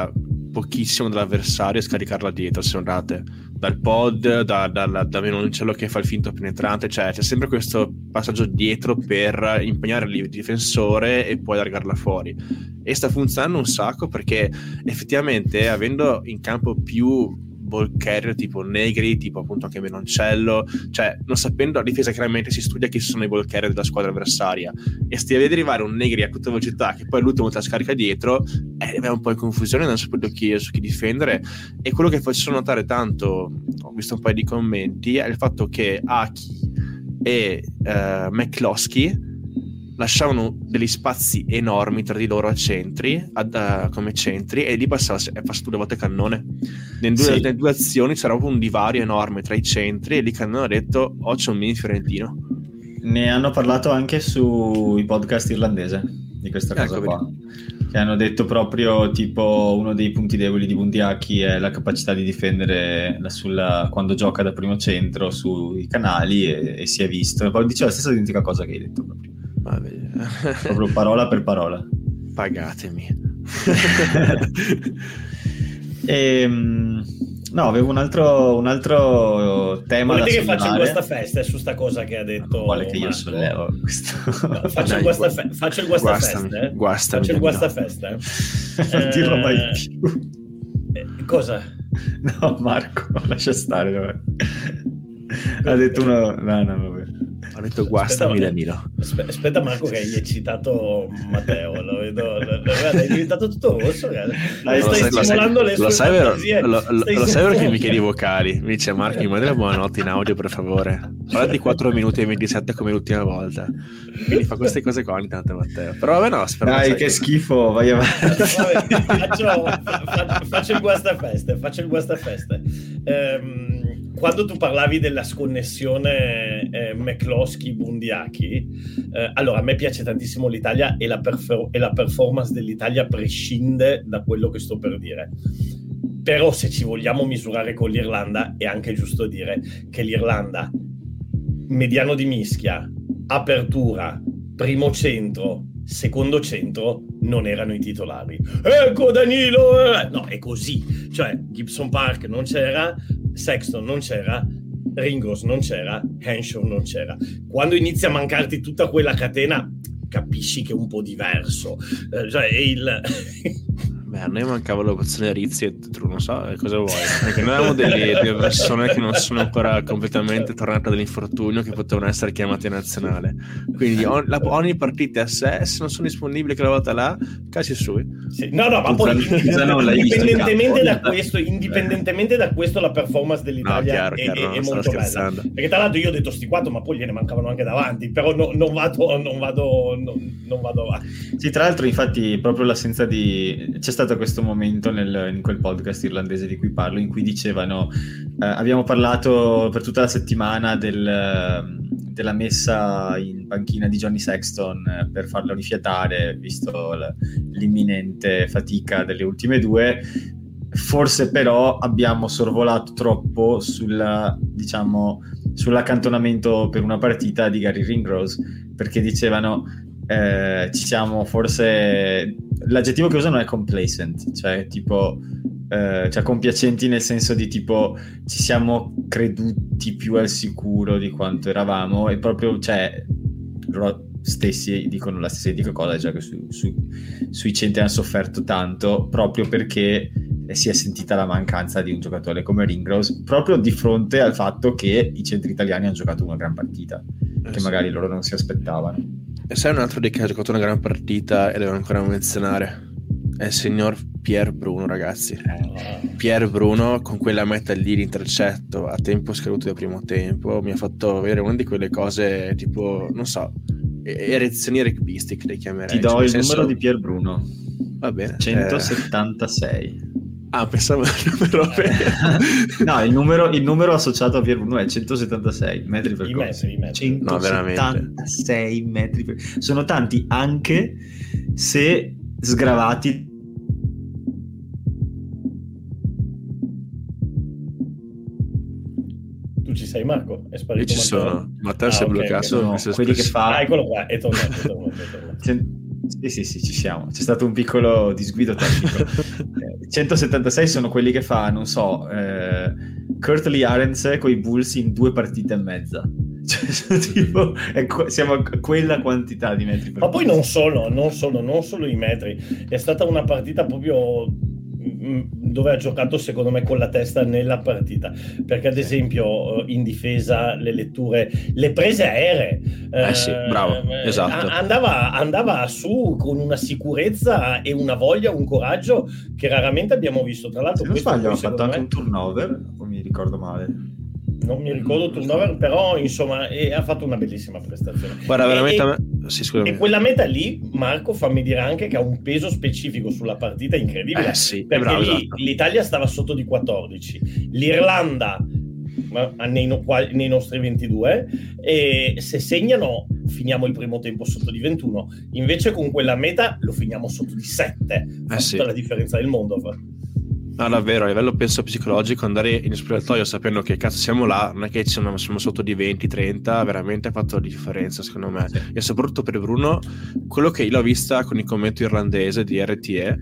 pochissimo dall'avversario e scaricarla dietro, se andate dal pod, da, da, da, da Menoncello che fa il finto penetrante, cioè c'è sempre questo passaggio dietro per impegnare il difensore e poi allargarla fuori, e sta funzionando un sacco perché effettivamente avendo in campo più ball carrier tipo Negri, tipo appunto anche Menoncello, cioè non sapendo la difesa, chiaramente si studia chi sono i ball carrier della squadra avversaria, e stia a vedere arrivare un Negri a tutta velocità che poi l'ultimo te la scarica dietro, e eh, è un po' in confusione, non sapendo chi, su chi difendere. E quello che faccio notare tanto, ho visto un paio di commenti, è il fatto che Aki e uh, McCloskey lasciavano degli spazi enormi tra di loro a centri, ad, uh, come centri, e lì passava, è passato due volte Cannone. Nelle due, sì. nelle due azioni c'era proprio un divario enorme tra i centri, e lì Cannone ha detto oh, c'è un mini fiorentino. Ne hanno parlato anche sui podcast irlandese di questa cosa ecco, qua, che hanno detto proprio tipo uno dei punti deboli di Bundiaki è la capacità di difendere la, sulla, quando gioca da primo centro sui canali, e, e si è visto. Poi diceva la stessa identica cosa che hai detto proprio. Vabbè. Proprio parola per parola. Pagatemi. e, no, avevo un altro, un altro tema. Volete da che faccia questa festa su sta cosa che ha detto? No, vuole che io sollevo questo. No, faccio, il guasta fe- faccio il guastafesta. Eh? Guastami, faccio il guastafesta. Non eh, dirlo mai più. Eh, cosa? No, Marco, lascia stare. Vabbè. Ha detto uno. No, no, vabbè. Ha detto guastami Danilo. Aspetta Marco che hai eccitato Matteo, lo vedo, lo, guarda, è diventato tutto rosso, guarda. Dai, stai lo stimolando sai, le sue fantasie. Lo, lo, lo sai vero che mi chiedi vocali? Mi dice Marco, mi mandi la buonanotte in audio per favore. Parla di quattro minuti e ventisette come l'ultima volta. Quindi fa queste cose qua ogni tanto Matteo. Però vabbè no, spero. Dai, che schifo, vai avanti. Vabbè, faccio, faccio, faccio il guastafeste, faccio il guastafeste. Ehm Quando tu parlavi della sconnessione eh, McCloskey-Bundiaki, eh, allora a me piace tantissimo l'Italia e la, perfor- e la performance dell'Italia prescinde da quello che sto per dire. Però se ci vogliamo misurare con l'Irlanda è anche giusto dire che l'Irlanda, mediano di mischia, apertura, primo centro, secondo centro, non erano i titolari. Ecco Danilo! Eh! No, è così. Cioè Gibson Park non c'era, Sexton non c'era, Ringrose non c'era, Henshaw non c'era. Quando inizia a mancarti tutta quella catena, capisci che è un po' diverso. Eh, cioè, è il... Beh, a noi mancava l'opzione Rizzi e tu non so cosa vuoi, perché noi avevamo delle, delle persone che non sono ancora completamente tornate dall'infortunio, che potevano essere chiamate in nazionale, quindi on, la, ogni partita a sé, se non sono disponibili quella volta là, calci su. Sì. No, no, ma poi indipendentemente da questo, indipendentemente da questo la performance dell'Italia no, chiaro, è, chiaro, è, è molto bella, perché tra l'altro io ho detto sti quattro, ma poi gliene mancavano anche davanti, però no, non vado non vado non, non vado avanti. Sì, tra l'altro infatti proprio l'assenza di c'è stato questo momento nel, in quel podcast irlandese di cui parlo, in cui dicevano eh, abbiamo parlato per tutta la settimana del, della messa in panchina di Johnny Sexton per farlo rifiatare, visto l'imminente fatica delle ultime due. Forse però abbiamo sorvolato troppo sulla, diciamo, sull'accantonamento per una partita di Gary Ringrose, perché dicevano eh, ci siamo forse, l'aggettivo che usano è complacent, cioè tipo eh, cioè compiacenti nel senso di tipo ci siamo creduti più al sicuro di quanto eravamo, e proprio cioè loro stessi dicono la stessa identica cosa, cioè che su, su, sui centri hanno sofferto tanto proprio perché si è sentita la mancanza di un giocatore come Ringrose, proprio di fronte al fatto che i centri italiani hanno giocato una gran partita eh che sì. magari loro non si aspettavano. E sai un altro di che ha giocato una gran partita e devo ancora menzionare? È il signor Pier Bruno, ragazzi. Pier Bruno con quella meta lì, l'intercetto a tempo scaduto del primo tempo, mi ha fatto avere una di quelle cose tipo, non so, erezioni rugbistic le chiamerei. Ti do cioè, il senso... numero di Pier Bruno. Va bene. centosettantasei. Eh... Ah, pensavo il numero per... No, il numero, il numero associato a Pier Bruno è centosettantasei metri per corso. centosettantasei no, metri per... Sono tanti anche se sgravati. Tu ci sei, Marco? È sparito. Io ci Matteo? sono. Matteo ah, si è okay, bloccato. Sono quelli che fa... Ah, eccolo qua, è tornato, è tornato, è tornato. Sì, sì, sì, ci siamo. C'è stato un piccolo disguido tecnico. centosettantasei sono quelli che fa, non so, eh, Curtly Arens con i Bulls in due partite e mezza. Cioè, tipo, è que- siamo a quella quantità di metri per Ma poi non solo, non solo, non solo i metri. È stata una partita proprio dove ha giocato secondo me con la testa nella partita, perché ad esempio in difesa le letture, le prese aeree, eh sì, bravo, eh, esatto, andava, andava su con una sicurezza e una voglia, un coraggio che raramente abbiamo visto. Tra l'altro, se non sbaglio ha fatto anche me... un turnover, o mi ricordo male, non mi ricordo il turnover, però insomma e ha fatto una bellissima prestazione. Guarda, veramente e, a me... sì, e quella meta lì, Marco, fammi dire anche che ha un peso specifico sulla partita incredibile, eh sì, perché bravo, lì esatto. l'Italia stava sotto di quattordici, l'Irlanda nei, no, nei nostri ventidue, e se segnano finiamo il primo tempo sotto di ventuno, invece con quella meta lo finiamo sotto di sette, fa eh sì. tutta la differenza del mondo. No, davvero, a livello penso psicologico, andare in spogliatoio sapendo che cazzo siamo là, non è che siamo, siamo sotto di venti trenta, veramente ha fatto la differenza secondo me. Sì. E soprattutto per Bruno, quello che io l'ho vista con il commento irlandese di R T E,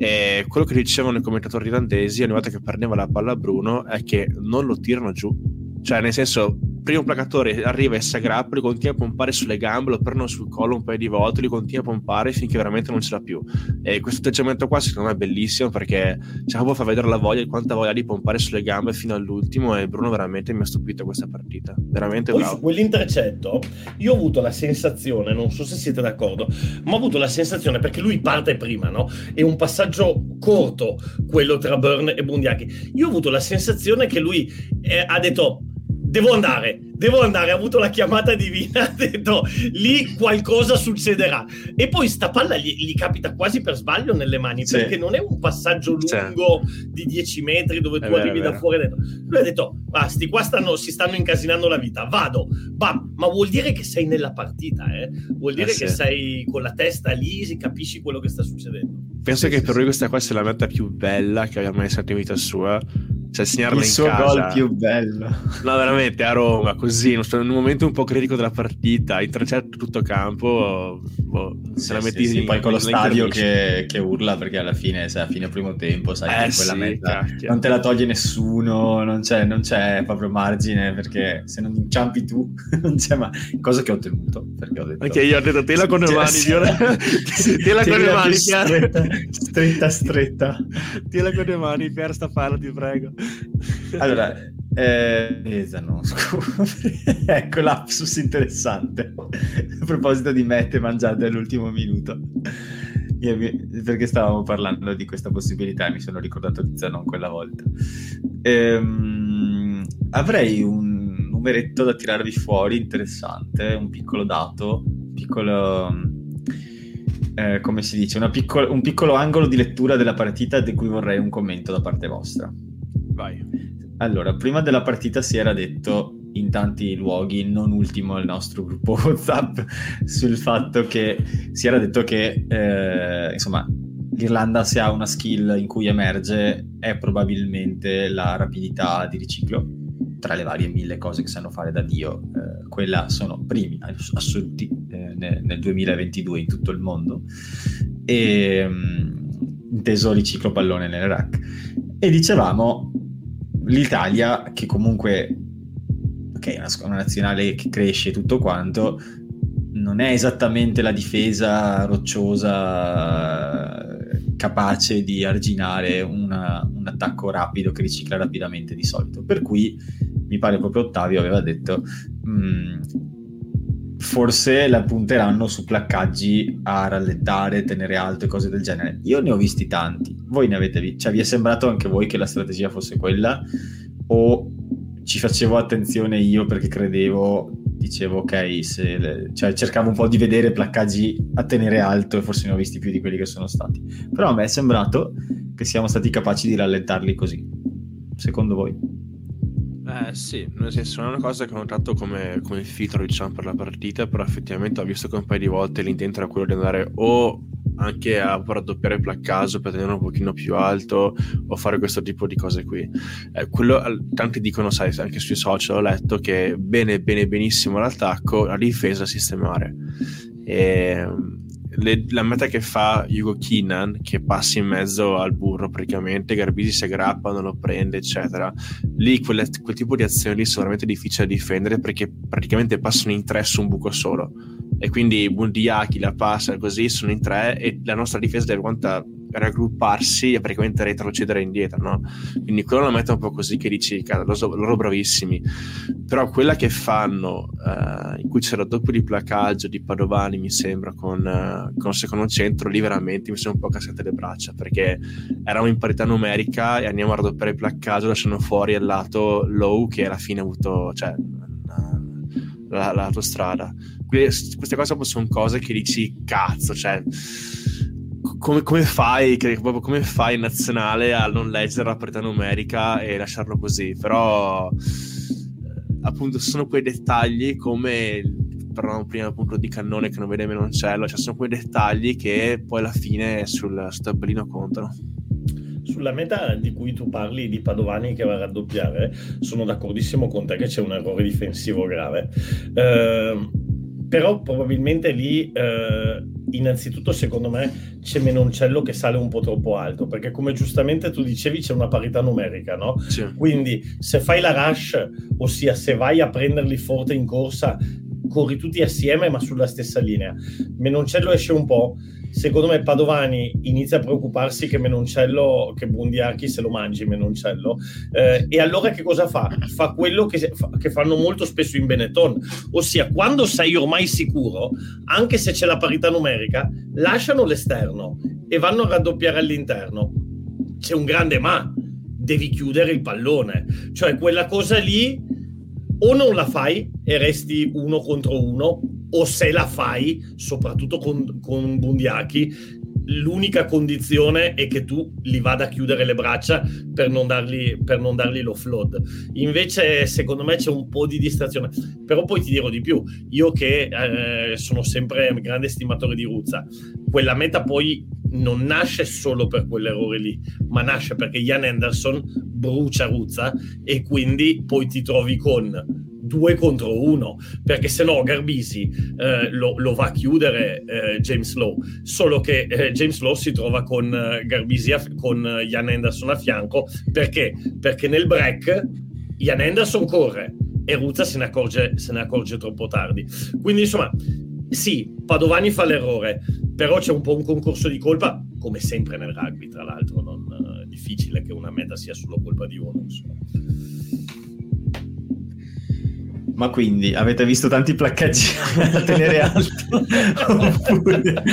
e quello che dicevano i commentatori irlandesi ogni volta che prendeva la palla a Bruno è che non lo tirano giù, cioè nel senso, prima un placatore arriva e si aggrappa, li continua a pompare sulle gambe, lo prendono sul collo un paio di volte, li continua a pompare finché veramente non ce l'ha più. E questo atteggiamento qua secondo me è bellissimo, perché cioè, proprio fa vedere la voglia, quanta voglia di pompare sulle gambe fino all'ultimo, e Bruno veramente mi ha stupito questa partita, veramente poi bravo. Su quell'intercetto io ho avuto la sensazione, non so se siete d'accordo, ma ho avuto la sensazione, perché lui parte prima, no? È un passaggio corto quello tra Byrne e Bundiaki, io ho avuto la sensazione che lui eh, ha detto devo andare, devo andare, ha avuto la chiamata divina, ha detto lì qualcosa succederà, e poi sta palla gli, gli capita quasi per sbaglio nelle mani, sì. Perché non è un passaggio lungo sì. di dieci metri dove tu è arrivi vero, da fuori dentro. Lui ha detto ah, sti qua stanno, si stanno incasinando la vita, vado, bam, ma vuol dire che sei nella partita, eh? Vuol dire eh che sì. sei con la testa lì, si capisci quello che sta succedendo. Penso sì, che sì, per lui questa qua sia la meta più bella che abbia mai sentito in vita sua, cioè segnarla in casa, il suo gol più bello, no veramente, a Roma così in un momento un po' critico della partita, intercetto tutto campo, boh, sì, se la metti metti sì, in, poi con lo stadio che, che, che urla, perché alla fine se a fine primo tempo sai eh che quella sì, meta cacchia. non te la toglie nessuno, non c'è, non c'è proprio margine, perché se non inciampi tu non c'è, ma cosa che ho ottenuto, perché ho detto anche io ho detto tela con le mani, tela con le mani, stretta stretta stretta tela con le mani, Pier, sta palla, ti prego. Allora, eh, esano, ecco lapsus interessante a proposito di mette mangiate all'ultimo minuto. Io mi, perché stavamo parlando di questa possibilità e mi sono ricordato di Zanon quella volta. Ehm, avrei un numeretto da tirarvi fuori interessante, un piccolo dato, un piccolo eh, come si dice, una piccolo, un piccolo angolo di lettura della partita di cui vorrei un commento da parte vostra. Vai. Allora, prima della partita si era detto in tanti luoghi, non ultimo il nostro gruppo WhatsApp, sul fatto che si era detto che eh, insomma l'Irlanda, se ha una skill in cui emerge, è probabilmente la rapidità di riciclo. Tra le varie mille cose che sanno fare da Dio, eh, quella sono primi assoluti eh, nel, nel duemilaventidue in tutto il mondo, e mh, inteso riciclo pallone nel rack. E dicevamo l'Italia, che comunque ok, è una, una nazionale che cresce tutto quanto, non è esattamente la difesa rocciosa capace di arginare una, un attacco rapido che ricicla rapidamente di solito, per cui mi pare proprio Ottavio aveva detto mh, forse la punteranno su placcaggi a rallentare, tenere alto e cose del genere. Io ne ho visti tanti, voi ne avete visti? Cioè vi è sembrato anche voi che la strategia fosse quella, o ci facevo attenzione io perché credevo, dicevo ok, se le, cioè cercavo un po' di vedere placcaggi a tenere alto e forse ne ho visti più di quelli che sono stati, però a me è sembrato che siamo stati capaci di rallentarli così. Secondo voi? Eh sì, nel senso non è una cosa che ho notato come, come filtro, diciamo, per la partita, però effettivamente ho visto che un paio di volte l'intento era quello di andare o anche a raddoppiare il placcaggio per tenerlo un pochino più alto o fare questo tipo di cose qui. Eh, quello, tanti dicono, sai, anche sui social ho letto che bene, bene, benissimo l'attacco, la difesa a sistemare. E le, la meta che fa Hugo Keenan, che passa in mezzo al burro praticamente, Garbisi si aggrappa, non lo prende eccetera, lì quelle, quel tipo di azioni lì sono veramente difficili da difendere, perché praticamente passano in tre su un buco solo, e quindi Bundiaki la passa così, sono in tre e la nostra difesa deve quanta raggrupparsi e praticamente retrocedere indietro, no? Quindi quella è una meta un po' così che dici, loro, loro bravissimi, però quella che fanno uh, in cui c'era il doppio di placaggio di Padovani, mi sembra, con, uh, con il secondo centro, lì veramente mi sono un po' cassate le braccia, perché eravamo in parità numerica e andiamo a raddoppiare il placaggio lasciando fuori al lato Low, che alla fine ha avuto, cioè, la, l'autostrada. Queste cose sono cose che dici cazzo, cioè come, come fai che, proprio come fai in nazionale a non leggere la parità numerica e lasciarlo così? Però appunto sono quei dettagli, come parlavamo prima appunto di Cannone che non vede Menoncello, cioè sono quei dettagli che poi alla fine sul, sul tabellino contano. Sulla meta di cui tu parli di Padovani che va a raddoppiare, sono d'accordissimo con te che c'è un errore difensivo grave, eh, però probabilmente lì eh, innanzitutto secondo me c'è Menoncello che sale un po' troppo alto, perché come giustamente tu dicevi c'è una parità numerica, no? Sì. Quindi se fai la rush, ossia se vai a prenderli forte in corsa, corri tutti assieme ma sulla stessa linea. Menoncello esce un po', secondo me Padovani inizia a preoccuparsi che Menoncello, che Bundiaki se lo mangi Menoncello, eh, e allora che cosa fa? Fa quello che, fa, che fanno molto spesso in Benetton, ossia quando sei ormai sicuro, anche se c'è la parità numerica, lasciano l'esterno e vanno a raddoppiare all'interno. C'è un grande ma, devi chiudere il pallone, cioè quella cosa lì o non la fai e resti uno contro uno, o se la fai, soprattutto con, con Bundiaki, l'unica condizione è che tu li vada a chiudere le braccia per non dargli, per non dargli l'offload. Invece secondo me c'è un po' di distrazione, però poi ti dirò di più, io che eh, sono sempre grande stimatore di Ruzza, quella meta poi non nasce solo per quell'errore lì, ma nasce perché Ian Henderson brucia Ruzza e quindi poi ti trovi con due contro uno, perché se no Garbisi eh, lo, lo va a chiudere eh, James Lowe, solo che eh, James Lowe si trova con eh, Garbisi a, con eh, Ian Henderson a fianco, perché? Perché nel break Ian Henderson corre e Ruzza se ne accorge, se ne accorge troppo tardi. Quindi insomma sì, Padovani fa l'errore, però c'è un po' un concorso di colpa, come sempre nel rugby tra l'altro, non è difficile che una meta sia solo colpa di uno, insomma. Ma quindi avete visto tanti placcaggi da tenere alto? Oppure...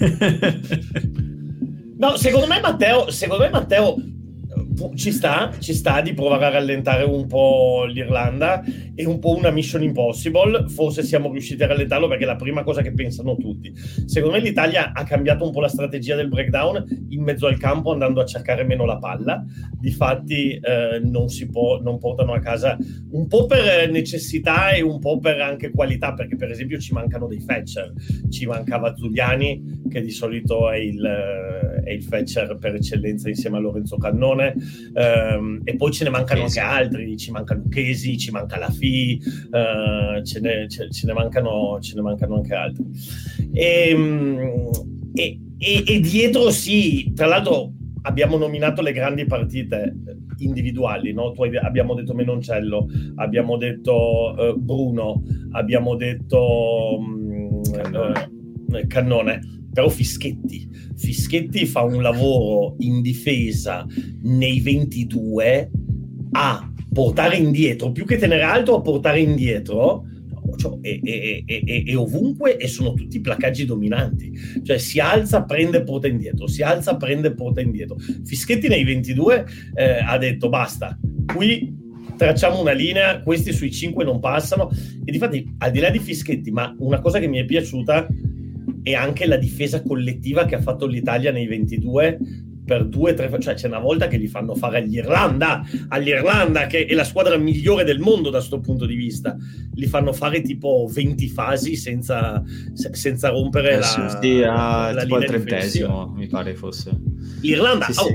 No, secondo me Matteo, secondo me Matteo ci sta, ci sta di provare a rallentare un po' l'Irlanda, è un po' una mission impossible, forse siamo riusciti a rallentarlo perché è la prima cosa che pensano tutti. Secondo me l'Italia ha cambiato un po' la strategia del breakdown in mezzo al campo, andando a cercare meno la palla, difatti eh, non si può, non portano a casa, un po' per necessità e un po' per anche qualità, perché per esempio ci mancano dei fetcher, ci mancava Zuliani che di solito è il, è il fetcher per eccellenza insieme a Lorenzo Cannone, Um, e poi ce ne mancano Chesi. Anche altri, ci manca Lucchesi, ci manca la Fi, uh, ce, ne, ce, ce, ne mancano, ce ne mancano anche altri e, e, e, e dietro sì, tra l'altro abbiamo nominato le grandi partite individuali, no? Tu hai, abbiamo detto Menoncello, abbiamo detto uh, Bruno, abbiamo detto um, Cannone. Uh, Cannone, però Fischetti Fischetti fa un lavoro in difesa nei ventidue a portare indietro, più che tenere alto, a portare indietro, cioè, e, e, e, e ovunque, e sono tutti placcaggi dominanti, cioè si alza, prende, porta indietro, si alza, prende, porta indietro. Fischetti nei ventidue eh, ha detto basta, qui tracciamo una linea, questi sui cinque non passano, e difatti al di là di Fischetti, ma una cosa che mi è piaciuta e anche la difesa collettiva che ha fatto l'Italia nei ventidue per due, tre, cioè c'è una volta che li fanno fare all'Irlanda, all'Irlanda che è la squadra migliore del mondo da sto punto di vista, li fanno fare tipo venti fasi senza, senza rompere eh, la, sì, sì, a, la tipo linea al trentesimo difensiva. Mi pare fosse L'Irlanda, sì, oh, sì.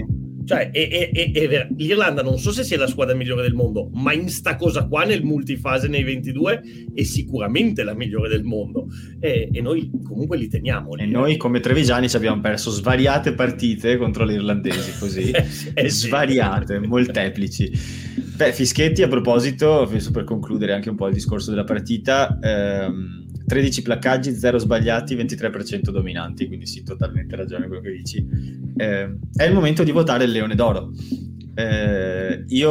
Cioè, è, è, è, è ver- l'Irlanda non so se sia la squadra migliore del mondo, ma in sta cosa qua nel multifase nei ventidue è sicuramente la migliore del mondo, e, e noi comunque li teniamo lì. E noi come trevigiani ci abbiamo perso svariate partite contro gli irlandesi, così eh, eh, svariate, sì. molteplici. Beh, Fischetti, a proposito, penso per concludere anche un po' il discorso della partita, ehm, tredici placcaggi, zero sbagliati, ventitré per cento dominanti, quindi sì, totalmente ragione quello che dici. Eh, è il momento di votare il Leone d'Oro. Eh, io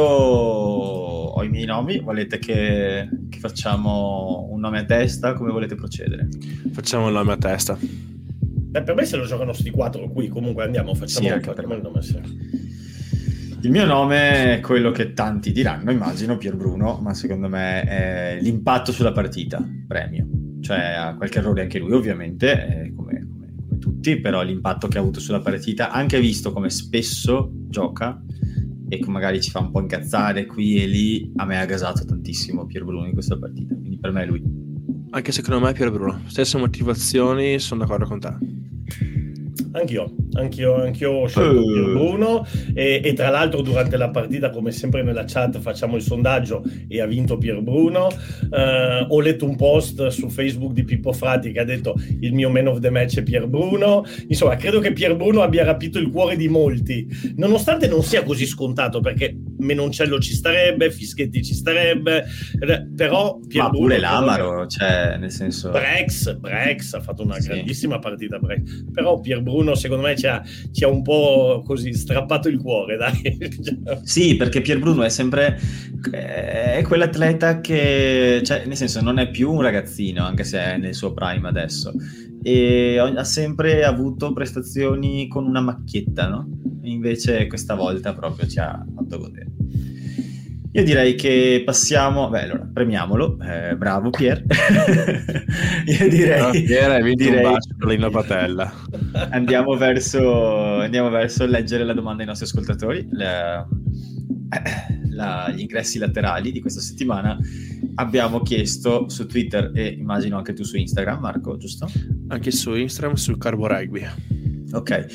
ho i miei nomi, volete che, che facciamo un nome a testa? Come volete procedere? Facciamo un nome a testa. Beh, per me se lo giocano sti quattro qui, comunque andiamo, facciamo Sì, un anche per me. il nome. Sì. Il mio nome è quello che tanti diranno, immagino, Pierbruno, ma secondo me è l'impatto sulla partita, premio. Cioè ha qualche errore anche lui, ovviamente, eh, come, come, come tutti, però l'impatto che ha avuto sulla partita, anche visto come spesso gioca e che magari ci fa un po' incazzare qui e lì, a me ha gasato tantissimo Pierbruno in questa partita, quindi per me è lui. Anche secondo me è Pierbruno, stesse motivazioni, sono d'accordo con te. Anch'io, anch'io, anch'io ho scelto Uh. Pierbruno e, e tra l'altro durante la partita, come sempre nella chat, facciamo il sondaggio e ha vinto Pierbruno. Uh, ho letto un post su Facebook di Pippo Frati che ha detto il mio man of the match è Pierbruno. Insomma, credo che Pierbruno abbia rapito il cuore di molti, nonostante non sia così scontato, perché Menoncello ci starebbe, Fischetti ci starebbe, però Pierbruno... Ma pure Lamaro, cioè nel senso... Brex, Brex ha fatto una Sì. grandissima partita, Brex. Però Pierbruno secondo me ci ha, ci ha un po' così strappato il cuore, dai. Sì, perché Pierbruno è sempre è quell'atleta che, cioè, nel senso, non è più un ragazzino, anche se è nel suo prime adesso, e ha sempre avuto prestazioni con una macchietta, no? Invece questa volta proprio ci ha fatto godere. Io direi che passiamo, beh, allora premiamolo, eh, bravo Pier. Io direi, no, Pier hai vinto direi un bacio per la patella. Andiamo verso, andiamo verso leggere la domanda ai nostri ascoltatori. La, la, gli ingressi laterali di questa settimana abbiamo chiesto su Twitter e immagino anche tu su Instagram, Marco, giusto? Anche su Instagram, sul Carbo Rugby. Ok,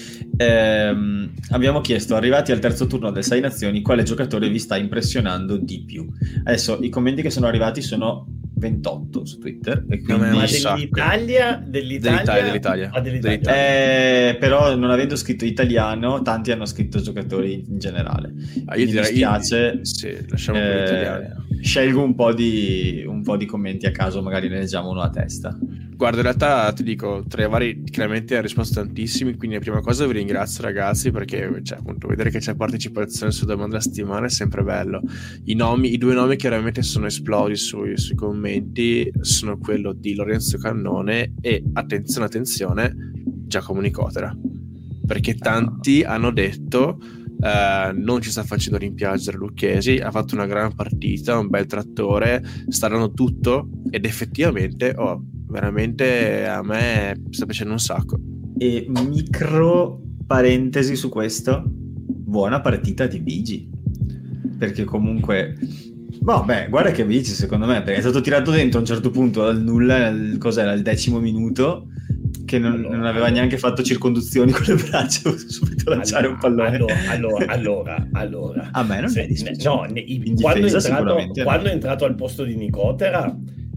ehm, abbiamo chiesto, arrivati al terzo turno del Sei Nazioni, quale giocatore vi sta impressionando di più? Adesso i commenti che sono arrivati sono ventotto su Twitter, e quindi... Ma dell'Italia, dell'Italia, dell'Italia, ah, dell'Italia. Eh, però non avendo scritto italiano, tanti hanno scritto giocatori in generale. Ah, io mi direi, dispiace, sì, lasciamo eh, per italiani. Scelgo un po' di un po' di commenti a caso, magari ne leggiamo uno a testa. Guarda, in realtà ti dico, tra i vari chiaramente ha risposto tantissimi, quindi la prima cosa vi ringrazio ragazzi, perché cioè, appunto vedere che c'è partecipazione su domanda a settimana è sempre bello. I nomi, i due nomi che chiaramente sono esplosi sui, sui commenti sono quello di Lorenzo Cannone e, attenzione attenzione, Giacomo Nicotera, perché tanti ah. hanno detto Uh, non ci sta facendo rimpiangere Lucchesi, ha fatto una gran partita, un bel trattore, sta dando tutto ed effettivamente oh, veramente a me sta piacendo un sacco. E micro parentesi su questo, buona partita di Bigi, perché comunque boh, beh, guarda che Bigi secondo me, perché è stato tirato dentro a un certo punto dal nulla, nel, cos'era, il decimo minuto, che non, allora, non aveva neanche fatto circonduzioni con le braccia, subito lanciare allora, un pallone. Allora, allora, allora. A me non Se, è dispiaciuto. No, in quando, è entrato, quando è entrato al posto di Nicotera,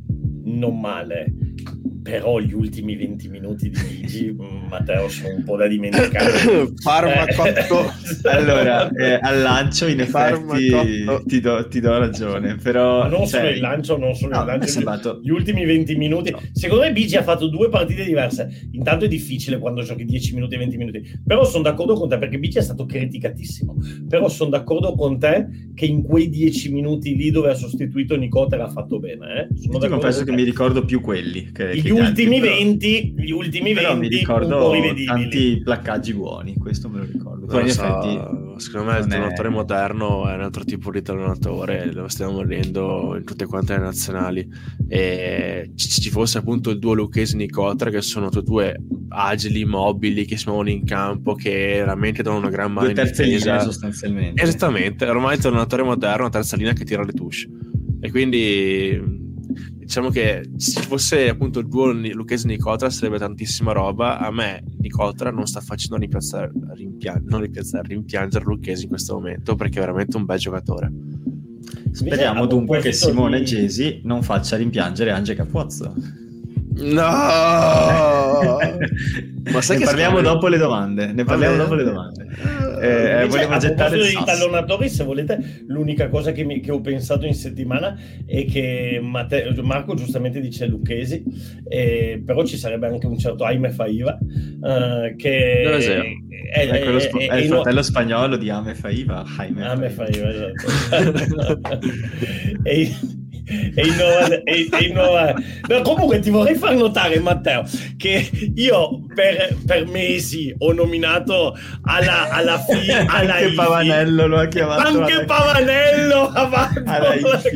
non male. Però gli ultimi venti minuti di Gigi, Matteo, sono un po' da dimenticare. Farmacotto. Allora, eh, al lancio in effetti ti do, ti do ragione, però... Ma non cioè, solo il lancio, non solo no, il lancio, sembrato... gli ultimi venti minuti. No. Secondo me Bigi ha fatto due partite diverse. Intanto è difficile quando giochi dieci minuti e venti minuti. Però sono d'accordo con te, perché Bigi è stato criticatissimo. Però sono d'accordo con te che in quei dieci minuti lì dove ha sostituito Nicotera ha fatto bene. Eh? Sono Io ti confesso che mi ricordo più quelli che... Gli ultimi venti, gli ultimi però venti mi ricordo un po' rivedibili. Tanti placcaggi buoni, questo me lo ricordo. Poi in so, effetti secondo me il allenatore è... moderno è un altro tipo di allenatore, lo stiamo vedendo in tutte quante le nazionali, e ci fosse appunto il duo Lucchesi-Nicotera, che sono tutti due agili, mobili, che si muovono in campo, che veramente danno una gran mano in difesa sostanzialmente. Esattamente, ormai è un allenatore moderno, una terza linea che tira le touche, e quindi diciamo che se ci fosse appunto il duo Lucchesi-Nicotera sarebbe tantissima roba. A me Nicotera non sta facendo rimpiazzare, rimpian- non rimpiazzare, rimpiangere Lucchesi in questo momento, perché è veramente un bel giocatore. Speriamo dunque che Simone di... Gesi non faccia rimpiangere Ange Capozzo. No! Ma sai ne che parliamo scrive... dopo le domande. Ne parliamo dopo le domande. Eh, volevo gettare il i tallonatori, se volete, l'unica cosa che, mi, che ho pensato in settimana è che Mate, Marco giustamente dice Lucchesi, eh, però ci sarebbe anche un certo Jaime Faiva, uh, che è, è, è, è, sp- è, è il fratello no... spagnolo di Jaime Faiva. Jaime, Jaime Faiva, esatto. e, E innova, e, e innova... No, comunque ti vorrei far notare, Matteo, che io per, per mesi ho nominato alla, alla fine anche Ifi. Pavanello lo ha chiamato anche alla... Pavanello ha fatto la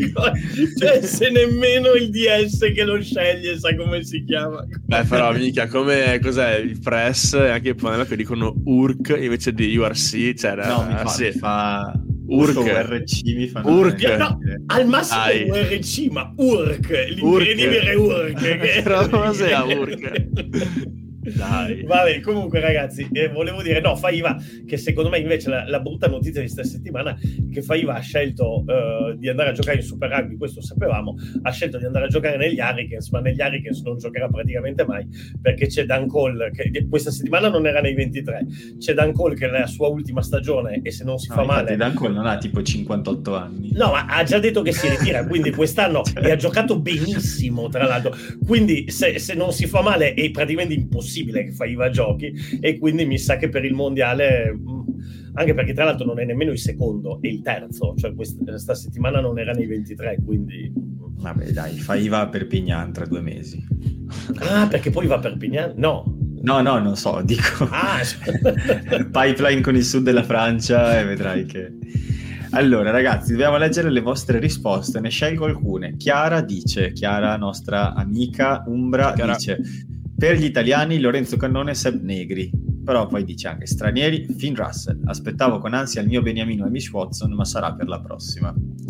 cioè se nemmeno il D S che lo sceglie sa come si chiama. Beh, però mica come cos'è il press e anche il Pavanello che dicono U R C invece di U R C, cioè no, mi fa, sì. mi fa... U R C, U R C mi fanno U R C. No, al massimo Ai. U R C, ma U R C, l'incredibile U R C che... Però sei a U R C. Dai. Vabbè, comunque ragazzi, eh, volevo dire, no, Faiva, che secondo me invece la, la brutta notizia di questa settimana è che Faiva ha scelto uh, di andare a giocare in Super Rugby, questo sapevamo, ha scelto di andare a giocare negli Hurricanes, ma negli Hurricanes non giocherà praticamente mai, perché c'è Dan Cole, che questa settimana non era nei ventitré, c'è Dan Cole che è la sua ultima stagione e se non si no, fa infatti male... Dan Cole non ha tipo cinquantotto anni. No, ma ha già detto che si ritira, quindi quest'anno cioè... e ha giocato benissimo, tra l'altro, quindi se, se non si fa male è praticamente impossibile che Faiva giochi, e quindi mi sa che per il mondiale, anche perché tra l'altro non è nemmeno il secondo, è il terzo, cioè questa, questa settimana non era nei ventitré, quindi vabbè dai, Faiva a Perpignan tra due mesi. Ah, perché poi va a Perpignan? No no no non so, dico ah, pipeline con il sud della Francia e vedrai che... Allora ragazzi, dobbiamo leggere le vostre risposte, ne scelgo alcune. Chiara dice, Chiara nostra amica Umbra, Chiara. dice per gli italiani Lorenzo Cannone e Seb Negri, però poi dice anche stranieri Finn Russell, aspettavo con ansia il mio Beniamino e Mish Watson, ma sarà per la prossima.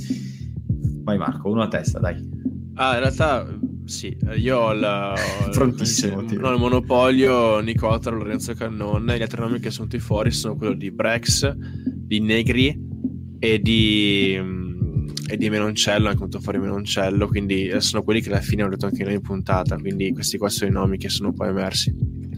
Vai Marco, uno a testa, dai. Ah, in realtà sì, io ho la, prontissimo il, no, il monopolio Nicotera, Lorenzo Cannone, gli altri nomi che sono tutti fuori sono quello di Brex, di Negri e di... e di Menoncello, anche venuto fuori Menoncello, quindi sono quelli che alla fine ho detto anche noi in puntata, quindi questi qua sono i nomi che sono poi emersi.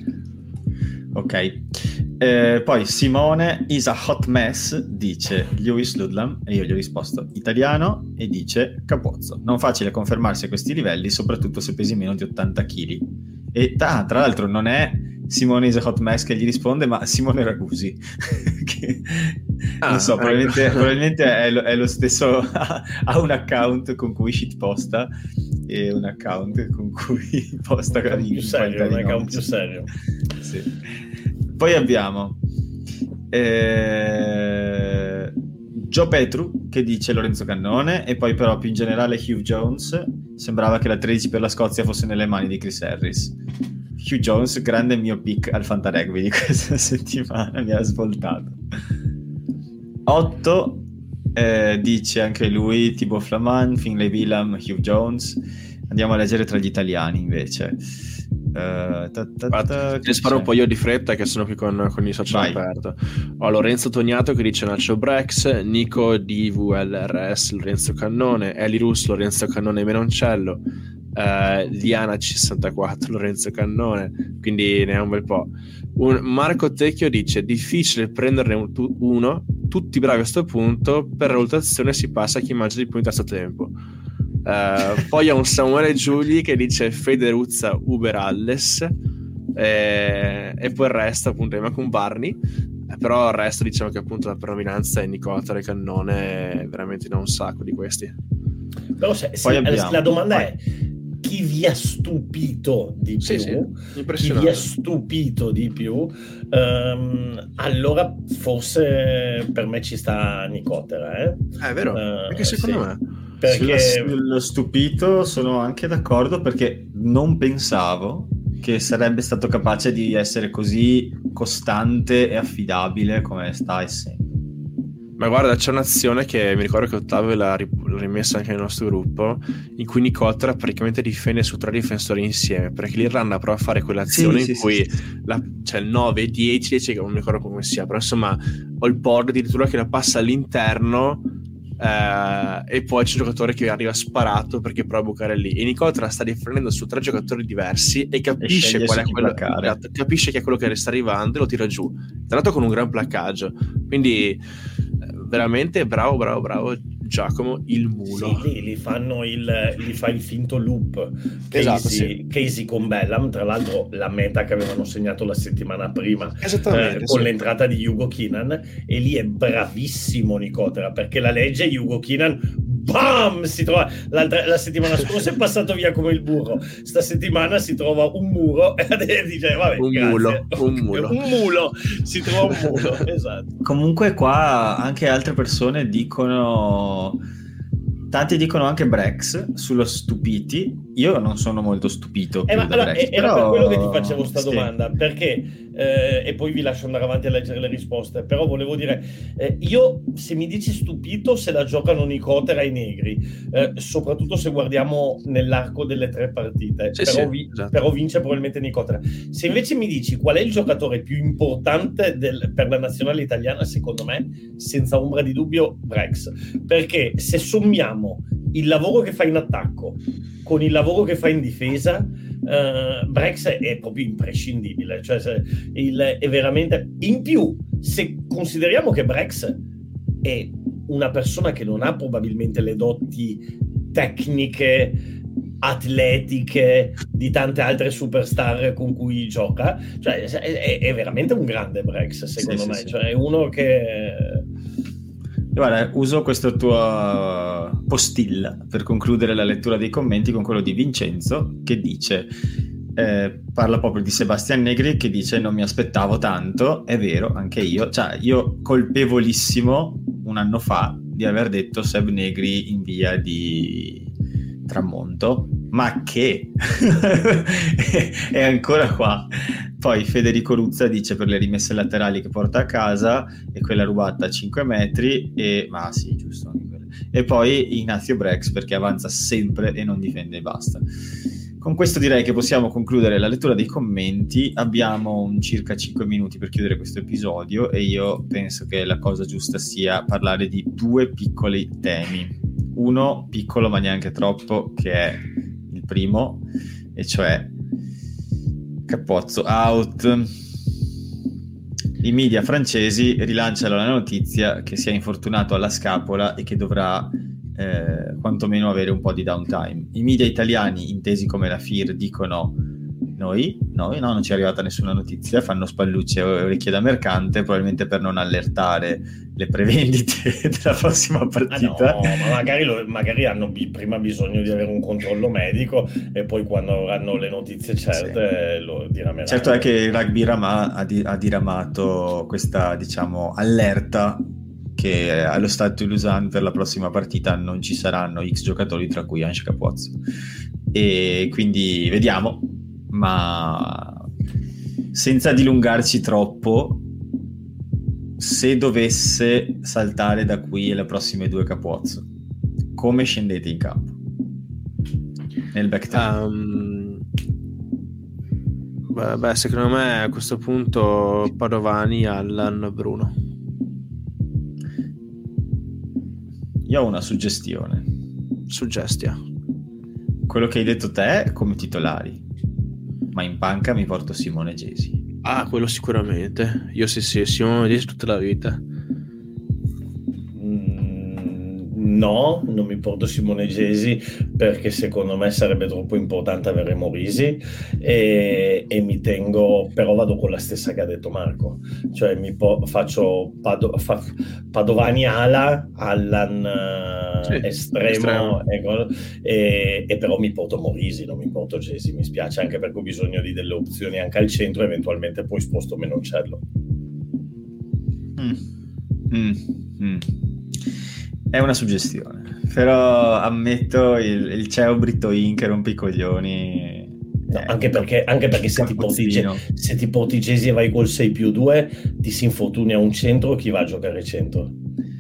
Ok, eh, poi Simone is a hot mess dice Lewis Ludlam e io gli ho risposto italiano e dice Capozzo, non facile confermarsi a questi livelli soprattutto se pesi meno di ottanta chili e ah, tra l'altro non è Simone is a hot mess che gli risponde, ma Simone Ragusi che ah, non so, ecco. probabilmente, probabilmente è, lo, è lo stesso, ha un account con cui shitposta e un account con cui posta un più serio, un account più serio. Sì. Poi abbiamo eh, Joe Petru che dice Lorenzo Cannone e poi però più in generale Hugh Jones, sembrava che la tredici per la Scozia fosse nelle mani di Chris Harris. Hugh Jones, grande mio pick al Fantarugby di questa settimana, mi ha svoltato. otto eh, dice anche lui Thibaut Flamand, Finlay Villam, Hugh Jones. Andiamo a leggere tra gli italiani invece. Uh, ta, ta, ta, ne sparo un po' io di fretta che sono qui con, con i social aperto. Ho Lorenzo Tognato che dice Nacho Brex, Nico di V L R S, Lorenzo Cannone, Eli Russo, Lorenzo Cannone e Menoncello, uh, Liana C sessantaquattro, Lorenzo Cannone, quindi ne ha un bel po'. Un Marco Tecchio dice difficile prenderne un, uno, tutti bravi a sto punto, per la valutazione si passa a chi mangia di più in terzo tempo. Uh, poi ha un Samuele Giuli che dice Federuzza Uber Alles eh, e poi il resto appunto è con Barney, eh, però il resto diciamo che appunto la predominanza è Nicotera e Cannone, veramente da un sacco di questi. Però se, se, la domanda Vai. è chi vi ha stupito di più? Sì, sì, chi vi ha stupito di più? Um, allora forse per me ci sta Nicotera, eh? È vero, uh, perché secondo sì. me Perché... Sullo stupito sono anche d'accordo, perché non pensavo che sarebbe stato capace di essere così costante e affidabile come sta essendo. Ma guarda, c'è un'azione che mi ricordo che Ottavio l'ha, ri- l'ha rimessa anche nel nostro gruppo, in cui Nicotera praticamente difende su tre difensori insieme, perché l'Irlanda prova a fare quell'azione sì, in sì, cui sì, sì. La, c'è il nove dieci, dieci, che non mi ricordo come sia, però insomma ho il board addirittura che la passa all'interno, eh, e poi c'è un giocatore che arriva sparato perché prova a bucare lì, e Nicotera sta difendendo su tre giocatori diversi e capisce E qual è chi quello, placcare. esatto, capisce che è quello che sta arrivando e lo tira giù, tra l'altro con un gran placcaggio, quindi veramente bravo bravo bravo Giacomo il mulo. Sì, lì, lì fanno il gli fa il finto loop Casey, Esatto, sì. Casey con Bellam, tra l'altro la meta che avevano segnato la settimana prima, Esattamente, eh, con sì. l'entrata di Hugo Keenan, e lì è bravissimo Nicotera perché la legge Hugo Keenan, bam, si trova l'altra, la settimana scorsa è passato via come il burro, sta settimana si trova un muro e dice vabbè, un grazie. mulo un mulo un mulo si trova un mulo. Esatto. Comunque qua anche altre persone dicono, tanti dicono anche Brex sullo stupiti. Io non sono molto stupito Eh, più ma da allora, Brex, era però... per quello che ti facevo sta sì. domanda, perché eh, e poi vi lascio andare avanti a leggere le risposte, però volevo dire, eh, io se mi dici stupito se la giocano Nicotera e Negri, eh, soprattutto se guardiamo nell'arco delle tre partite, sì, però, sì, vi, esatto. però vince probabilmente Nicotera. Se invece mi dici qual è il giocatore più importante del, per la nazionale italiana, secondo me senza ombra di dubbio Brex, perché se sommiamo il lavoro che fa in attacco con il lavoro che fa in difesa, uh, Brex è proprio imprescindibile, cioè se il, è veramente in più. Se consideriamo che Brex è una persona che non ha probabilmente le doti tecniche, atletiche di tante altre superstar con cui gioca, cioè è, è veramente un grande Brex, secondo sì, me, sì, sì. cioè è uno che... Guarda, uso questa tua postilla per concludere la lettura dei commenti con quello di Vincenzo, che dice, eh, parla proprio di Sebastian Negri, che dice non mi aspettavo tanto. È vero, anche io, cioè io colpevolissimo un anno fa di aver detto Seb Negri in via di Tramonto, ma che è ancora qua. Poi Federico Ruzza dice per le rimesse laterali che porta a casa e quella rubata a cinque metri, e ma sì, giusto anche quella. E poi Ignazio Brex perché avanza sempre e non difende e basta. Con questo direi che possiamo concludere la lettura dei commenti. Abbiamo un circa cinque minuti per chiudere questo episodio e io penso che la cosa giusta sia parlare di due piccoli temi. Uno piccolo ma neanche troppo, che è il primo, e cioè Capozzo out. I media francesi rilanciano la notizia che si è infortunato alla scapola e che dovrà eh, quantomeno avere un po' di downtime. I media italiani, intesi come la F I R, dicono noi, noi no, non ci è arrivata nessuna notizia, fanno spallucce e orecchie da mercante, probabilmente per non allertare le prevendite della prossima partita. Ah no, ma magari, lo, magari hanno bi- prima bisogno di avere un controllo medico e poi quando avranno le notizie certe sì. lo dirameranno. Certo è che il Rugby Rama ha, di- ha diramato questa, diciamo, allerta che allo Stade de Lausanne per la prossima partita non ci saranno X giocatori, tra cui Ange Capozzo, e quindi vediamo, ma senza dilungarci troppo, se dovesse saltare da qui alle prossime due Capozzo, come scendete in campo nel back time? Um, beh, beh, secondo me a questo punto Padovani, Allan, Bruno. Io ho una suggestione. Suggestia. Quello che hai detto te come titolari, ma in panca mi porto Simone Gesi. Ah, quello sicuramente. Io sì sì, Simone Gesi tutta la vita. No, non mi porto Simone Gesi perché secondo me sarebbe troppo importante avere Morisi e, e mi tengo, però vado con la stessa che ha detto Marco, cioè mi po- faccio Pado- fa- Padovani ala, Allan sì, estremo, estremo. E, e, e però mi porto Morisi, non mi porto Gesi, mi spiace, anche perché ho bisogno di delle opzioni anche al centro, eventualmente poi sposto Menoncello. Mm. Mm. Mm. È una suggestione, però ammetto il, il C E O Britoin che rompe i coglioni. No, anche perché, anche perché se, ti porti, se ti porti Gesi e vai col sei più due ti si infortuni a un centro, chi va a giocare centro?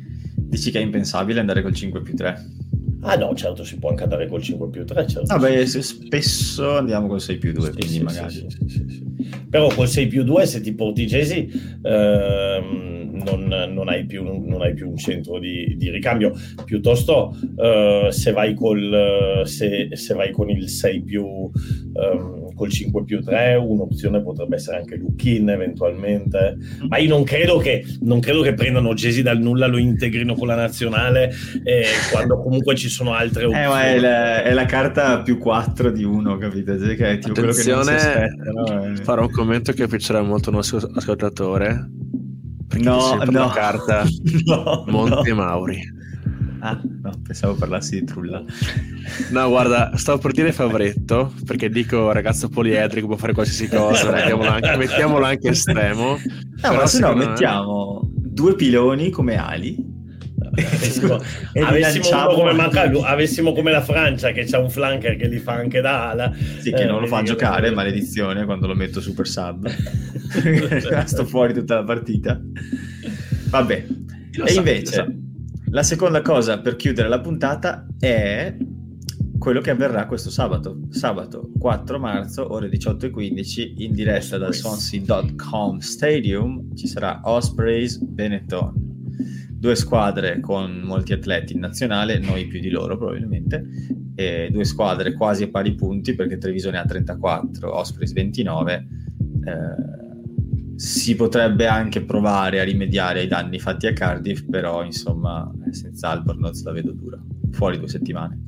Dici che è impensabile andare col cinque più tre? Ah no, certo, si può anche andare col cinque più tre, certo. Vabbè, sì. Spesso andiamo col sei più due, sì, quindi sì, magari... Sì, sì, sì, sì. Però col sei più due, se ti porti Jesi, ehm, non, non, hai più, non hai più un centro di, di ricambio. Piuttosto, eh, se, vai col, se, se vai con il sei più... Um, col cinque più tre, un'opzione potrebbe essere anche Lukin eventualmente, ma io non credo che non credo che prendano Jesi dal nulla, lo integrino con la nazionale, eh, quando comunque ci sono altre opzioni. Eh, ma è la, è la carta più quattro di uno, capito? Cioè, che è tipo quello che non si aspetta, no? Farò un commento che piacerà molto al nostro ascoltatore, perché no, sempre no. la carta no, Monte no. Mauri. Ah, no, pensavo parlassi di Trulla. No, guarda, stavo per dire Favoretto, perché dico ragazzo poliedrico, può fare qualsiasi cosa, mettiamolo anche, mettiamolo anche estremo. No, ma se no mettiamo me... due piloni come ali. Avessimo, e avessimo, uno come Macagu, avessimo come la Francia che c'ha un flanker che li fa anche da ala. Sì, che eh, non lo fa giocare, maledizione, quando lo metto super sub. Sto fuori tutta la partita. Vabbè. Lo e so, invece... La seconda cosa per chiudere la puntata è quello che avverrà questo sabato. Sabato quattro marzo, ore diciotto e quindici, in diretta dal Swansea punto com Stadium ci sarà Ospreys Benetton. Due squadre con molti atleti in nazionale, noi più di loro probabilmente, e due squadre quasi a pari punti perché Treviso ha trentaquattro, Ospreys ventinove. Eh, si potrebbe anche provare a rimediare ai danni fatti a Cardiff, però insomma senza Albornoz la vedo dura, fuori due settimane.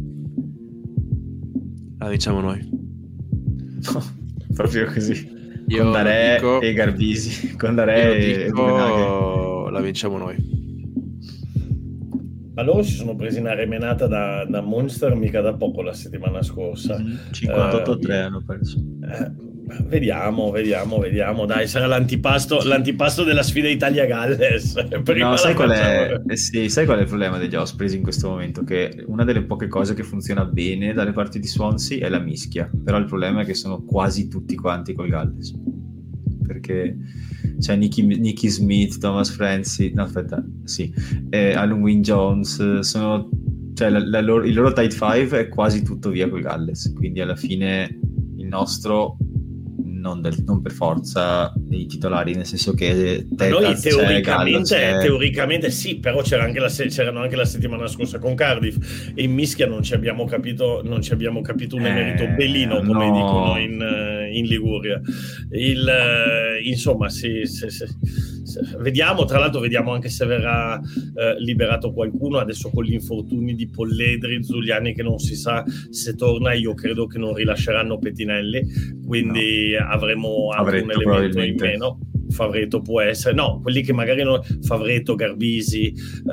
La diciamo noi. No, proprio così. Io con Dare dico, e Garbisi, con Dare e dico, la vinciamo noi. Ma loro si sono presi una remenata da, da Monster mica da poco la settimana scorsa. Mm, cinquantotto a tre eh, hanno perso. Eh, Vediamo, vediamo, vediamo. Dai, sarà l'antipasto, l'antipasto della sfida Italia-Galles. No, sai qual è? Eh sì, sai qual è il problema degli Ospreys in questo momento? Che una delle poche cose che funziona bene dalle parti di Swansea è la mischia. Però il problema è che sono quasi tutti quanti col Galles. Perché c'è Nicky, Nicky Smith, Thomas Francis, no aspetta, sì, eh, Alan Wynne Jones, sono, cioè la, la loro, il loro tight five è quasi tutto via col Galles. Quindi alla fine il nostro... Non, del, non per forza i titolari, nel senso che Tetas, noi teoricamente, c'è, teoricamente sì, però c'era anche la, c'erano anche la settimana scorsa con Cardiff e in mischia non ci abbiamo capito, non ci abbiamo capito un emerito eh, bellino come no. dicono in, in Liguria. Il, insomma, sì, sì, sì, sì. Vediamo, tra l'altro vediamo anche se verrà eh, liberato qualcuno adesso con gli infortuni di Polledri, Zuliani che non si sa se torna. Io credo che non rilasceranno Pettinelli, quindi no. avremo anche un elemento in meno. Favretto può essere, no, quelli che magari non, Favretto, Garbisi,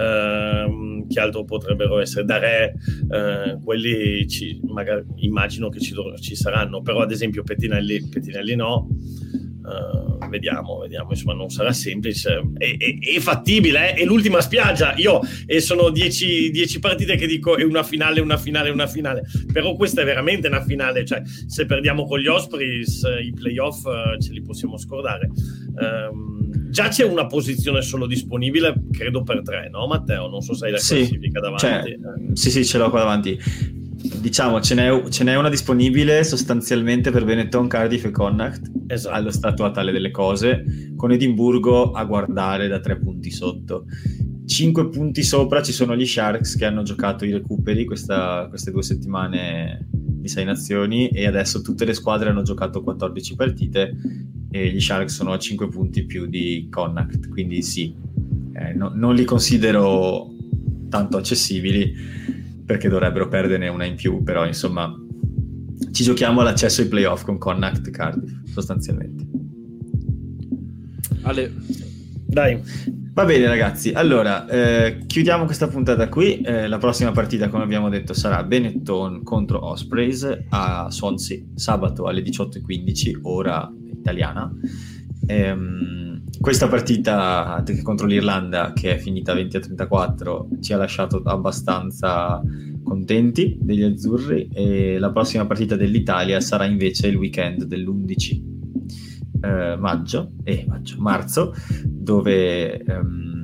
ehm, che altro potrebbero essere, Dare, eh, quelli ci, magari immagino che ci, ci saranno, però ad esempio Pettinelli, Pettinelli no. Uh, vediamo, vediamo, insomma non sarà semplice, è, è, è fattibile, eh? È l'ultima spiaggia, io e sono dieci, dieci partite che dico è una finale, una finale, una finale, però questa è veramente una finale, cioè se perdiamo con gli Ospreys i playoff uh, ce li possiamo scordare. Um, già c'è una posizione solo disponibile, credo per tre, no Matteo? Non so se hai la sì, classifica davanti. Cioè, eh. Sì, sì, ce l'ho qua davanti. Diciamo ce n'è, ce n'è una disponibile sostanzialmente per Benetton, Cardiff e Connacht, esatto. Allo stato attuale delle cose, con Edimburgo a guardare da tre punti sotto. Cinque punti sopra ci sono gli Sharks che hanno giocato i recuperi questa, queste due settimane di Sei Nazioni e adesso tutte le squadre hanno giocato quattordici partite e gli Sharks sono a cinque punti più di Connacht, quindi sì, eh, no, non li considero tanto accessibili perché dovrebbero perderne una in più, però insomma ci giochiamo all'accesso ai playoff con Connacht e Cardiff sostanzialmente. Ale. Dai, va bene ragazzi, allora eh, chiudiamo questa puntata qui. Eh, la prossima partita, come abbiamo detto, sarà Benetton contro Ospreys a Swansea sabato alle diciotto e quindici ora italiana. ehm Questa partita contro l'Irlanda, che è finita venti a trentaquattro, ci ha lasciato abbastanza contenti degli azzurri, e la prossima partita dell'Italia sarà invece il weekend dell'undici eh, maggio, eh, maggio, marzo, dove ehm,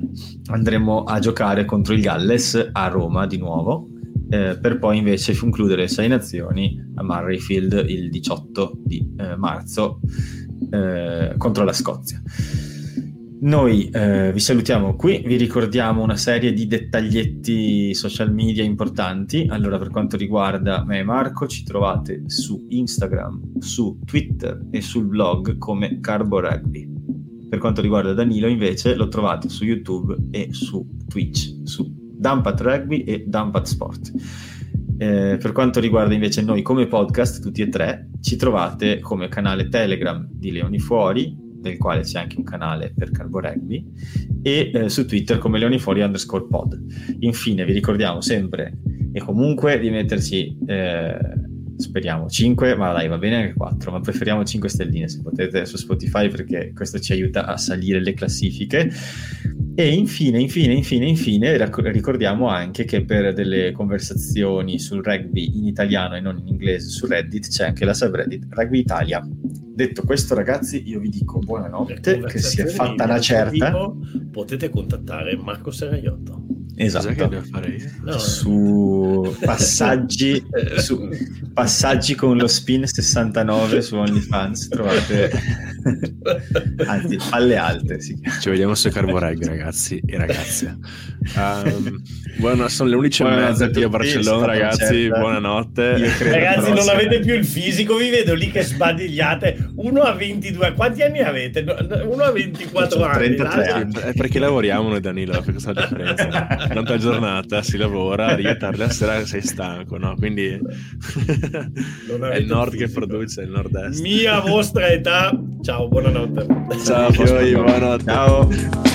andremo a giocare contro il Galles a Roma di nuovo, eh, per poi invece concludere le Sei Nazioni a Murrayfield il diciotto di eh, marzo eh, contro la Scozia. Noi eh, vi salutiamo qui, vi ricordiamo una serie di dettaglietti social media importanti. Allora, per quanto riguarda me e Marco, ci trovate su Instagram, su Twitter e sul blog come Carbo Rugby. Per quanto riguarda Danilo, invece, lo trovate su YouTube e su Twitch, su Dumpat Rugby e Dumpat Sport. Eh, per quanto riguarda invece noi come podcast, tutti e tre, ci trovate come canale Telegram di Leoni Fuori, del quale c'è anche un canale per Carbo Rugby, e eh, su Twitter come leonifuori underscore pod. Infine vi ricordiamo sempre e comunque di metterci eh, speriamo cinque, ma dai, va bene anche quattro, ma preferiamo cinque stelline se potete su Spotify, perché questo ci aiuta a salire le classifiche. E infine, infine, infine, infine ricordiamo anche che per delle conversazioni sul rugby in italiano e non in inglese su Reddit c'è anche la subreddit Rugby Italia. Detto questo, ragazzi, io vi dico buonanotte, che si è fatta una certa. Potete contattare Marco Serraiotto. Esatto. Cosa che devo fare io? No, su passaggi su passaggi con lo spin sessantanove su OnlyFans trovate anzi palle alte si chiama. Ci vediamo su Carbo Rugby, ragazzi e ragazze. Um, buona, sono le undici e mezza qui a Barcellona, ragazzi, buonanotte. Ragazzi, non avete più il fisico, vi vedo lì che sbadigliate. Uno a ventidue, quanti anni avete? Uno a ventiquattro anni. anni. È perché lavoriamo noi, Danilo, per questa differenza. Durante la giornata si lavora, arriva tardi la sera sei stanco, no? Quindi è il nord che produce, il nord-est. Mia vostra età. Ciao, buonanotte. Ciao, buonanotte. Ciao.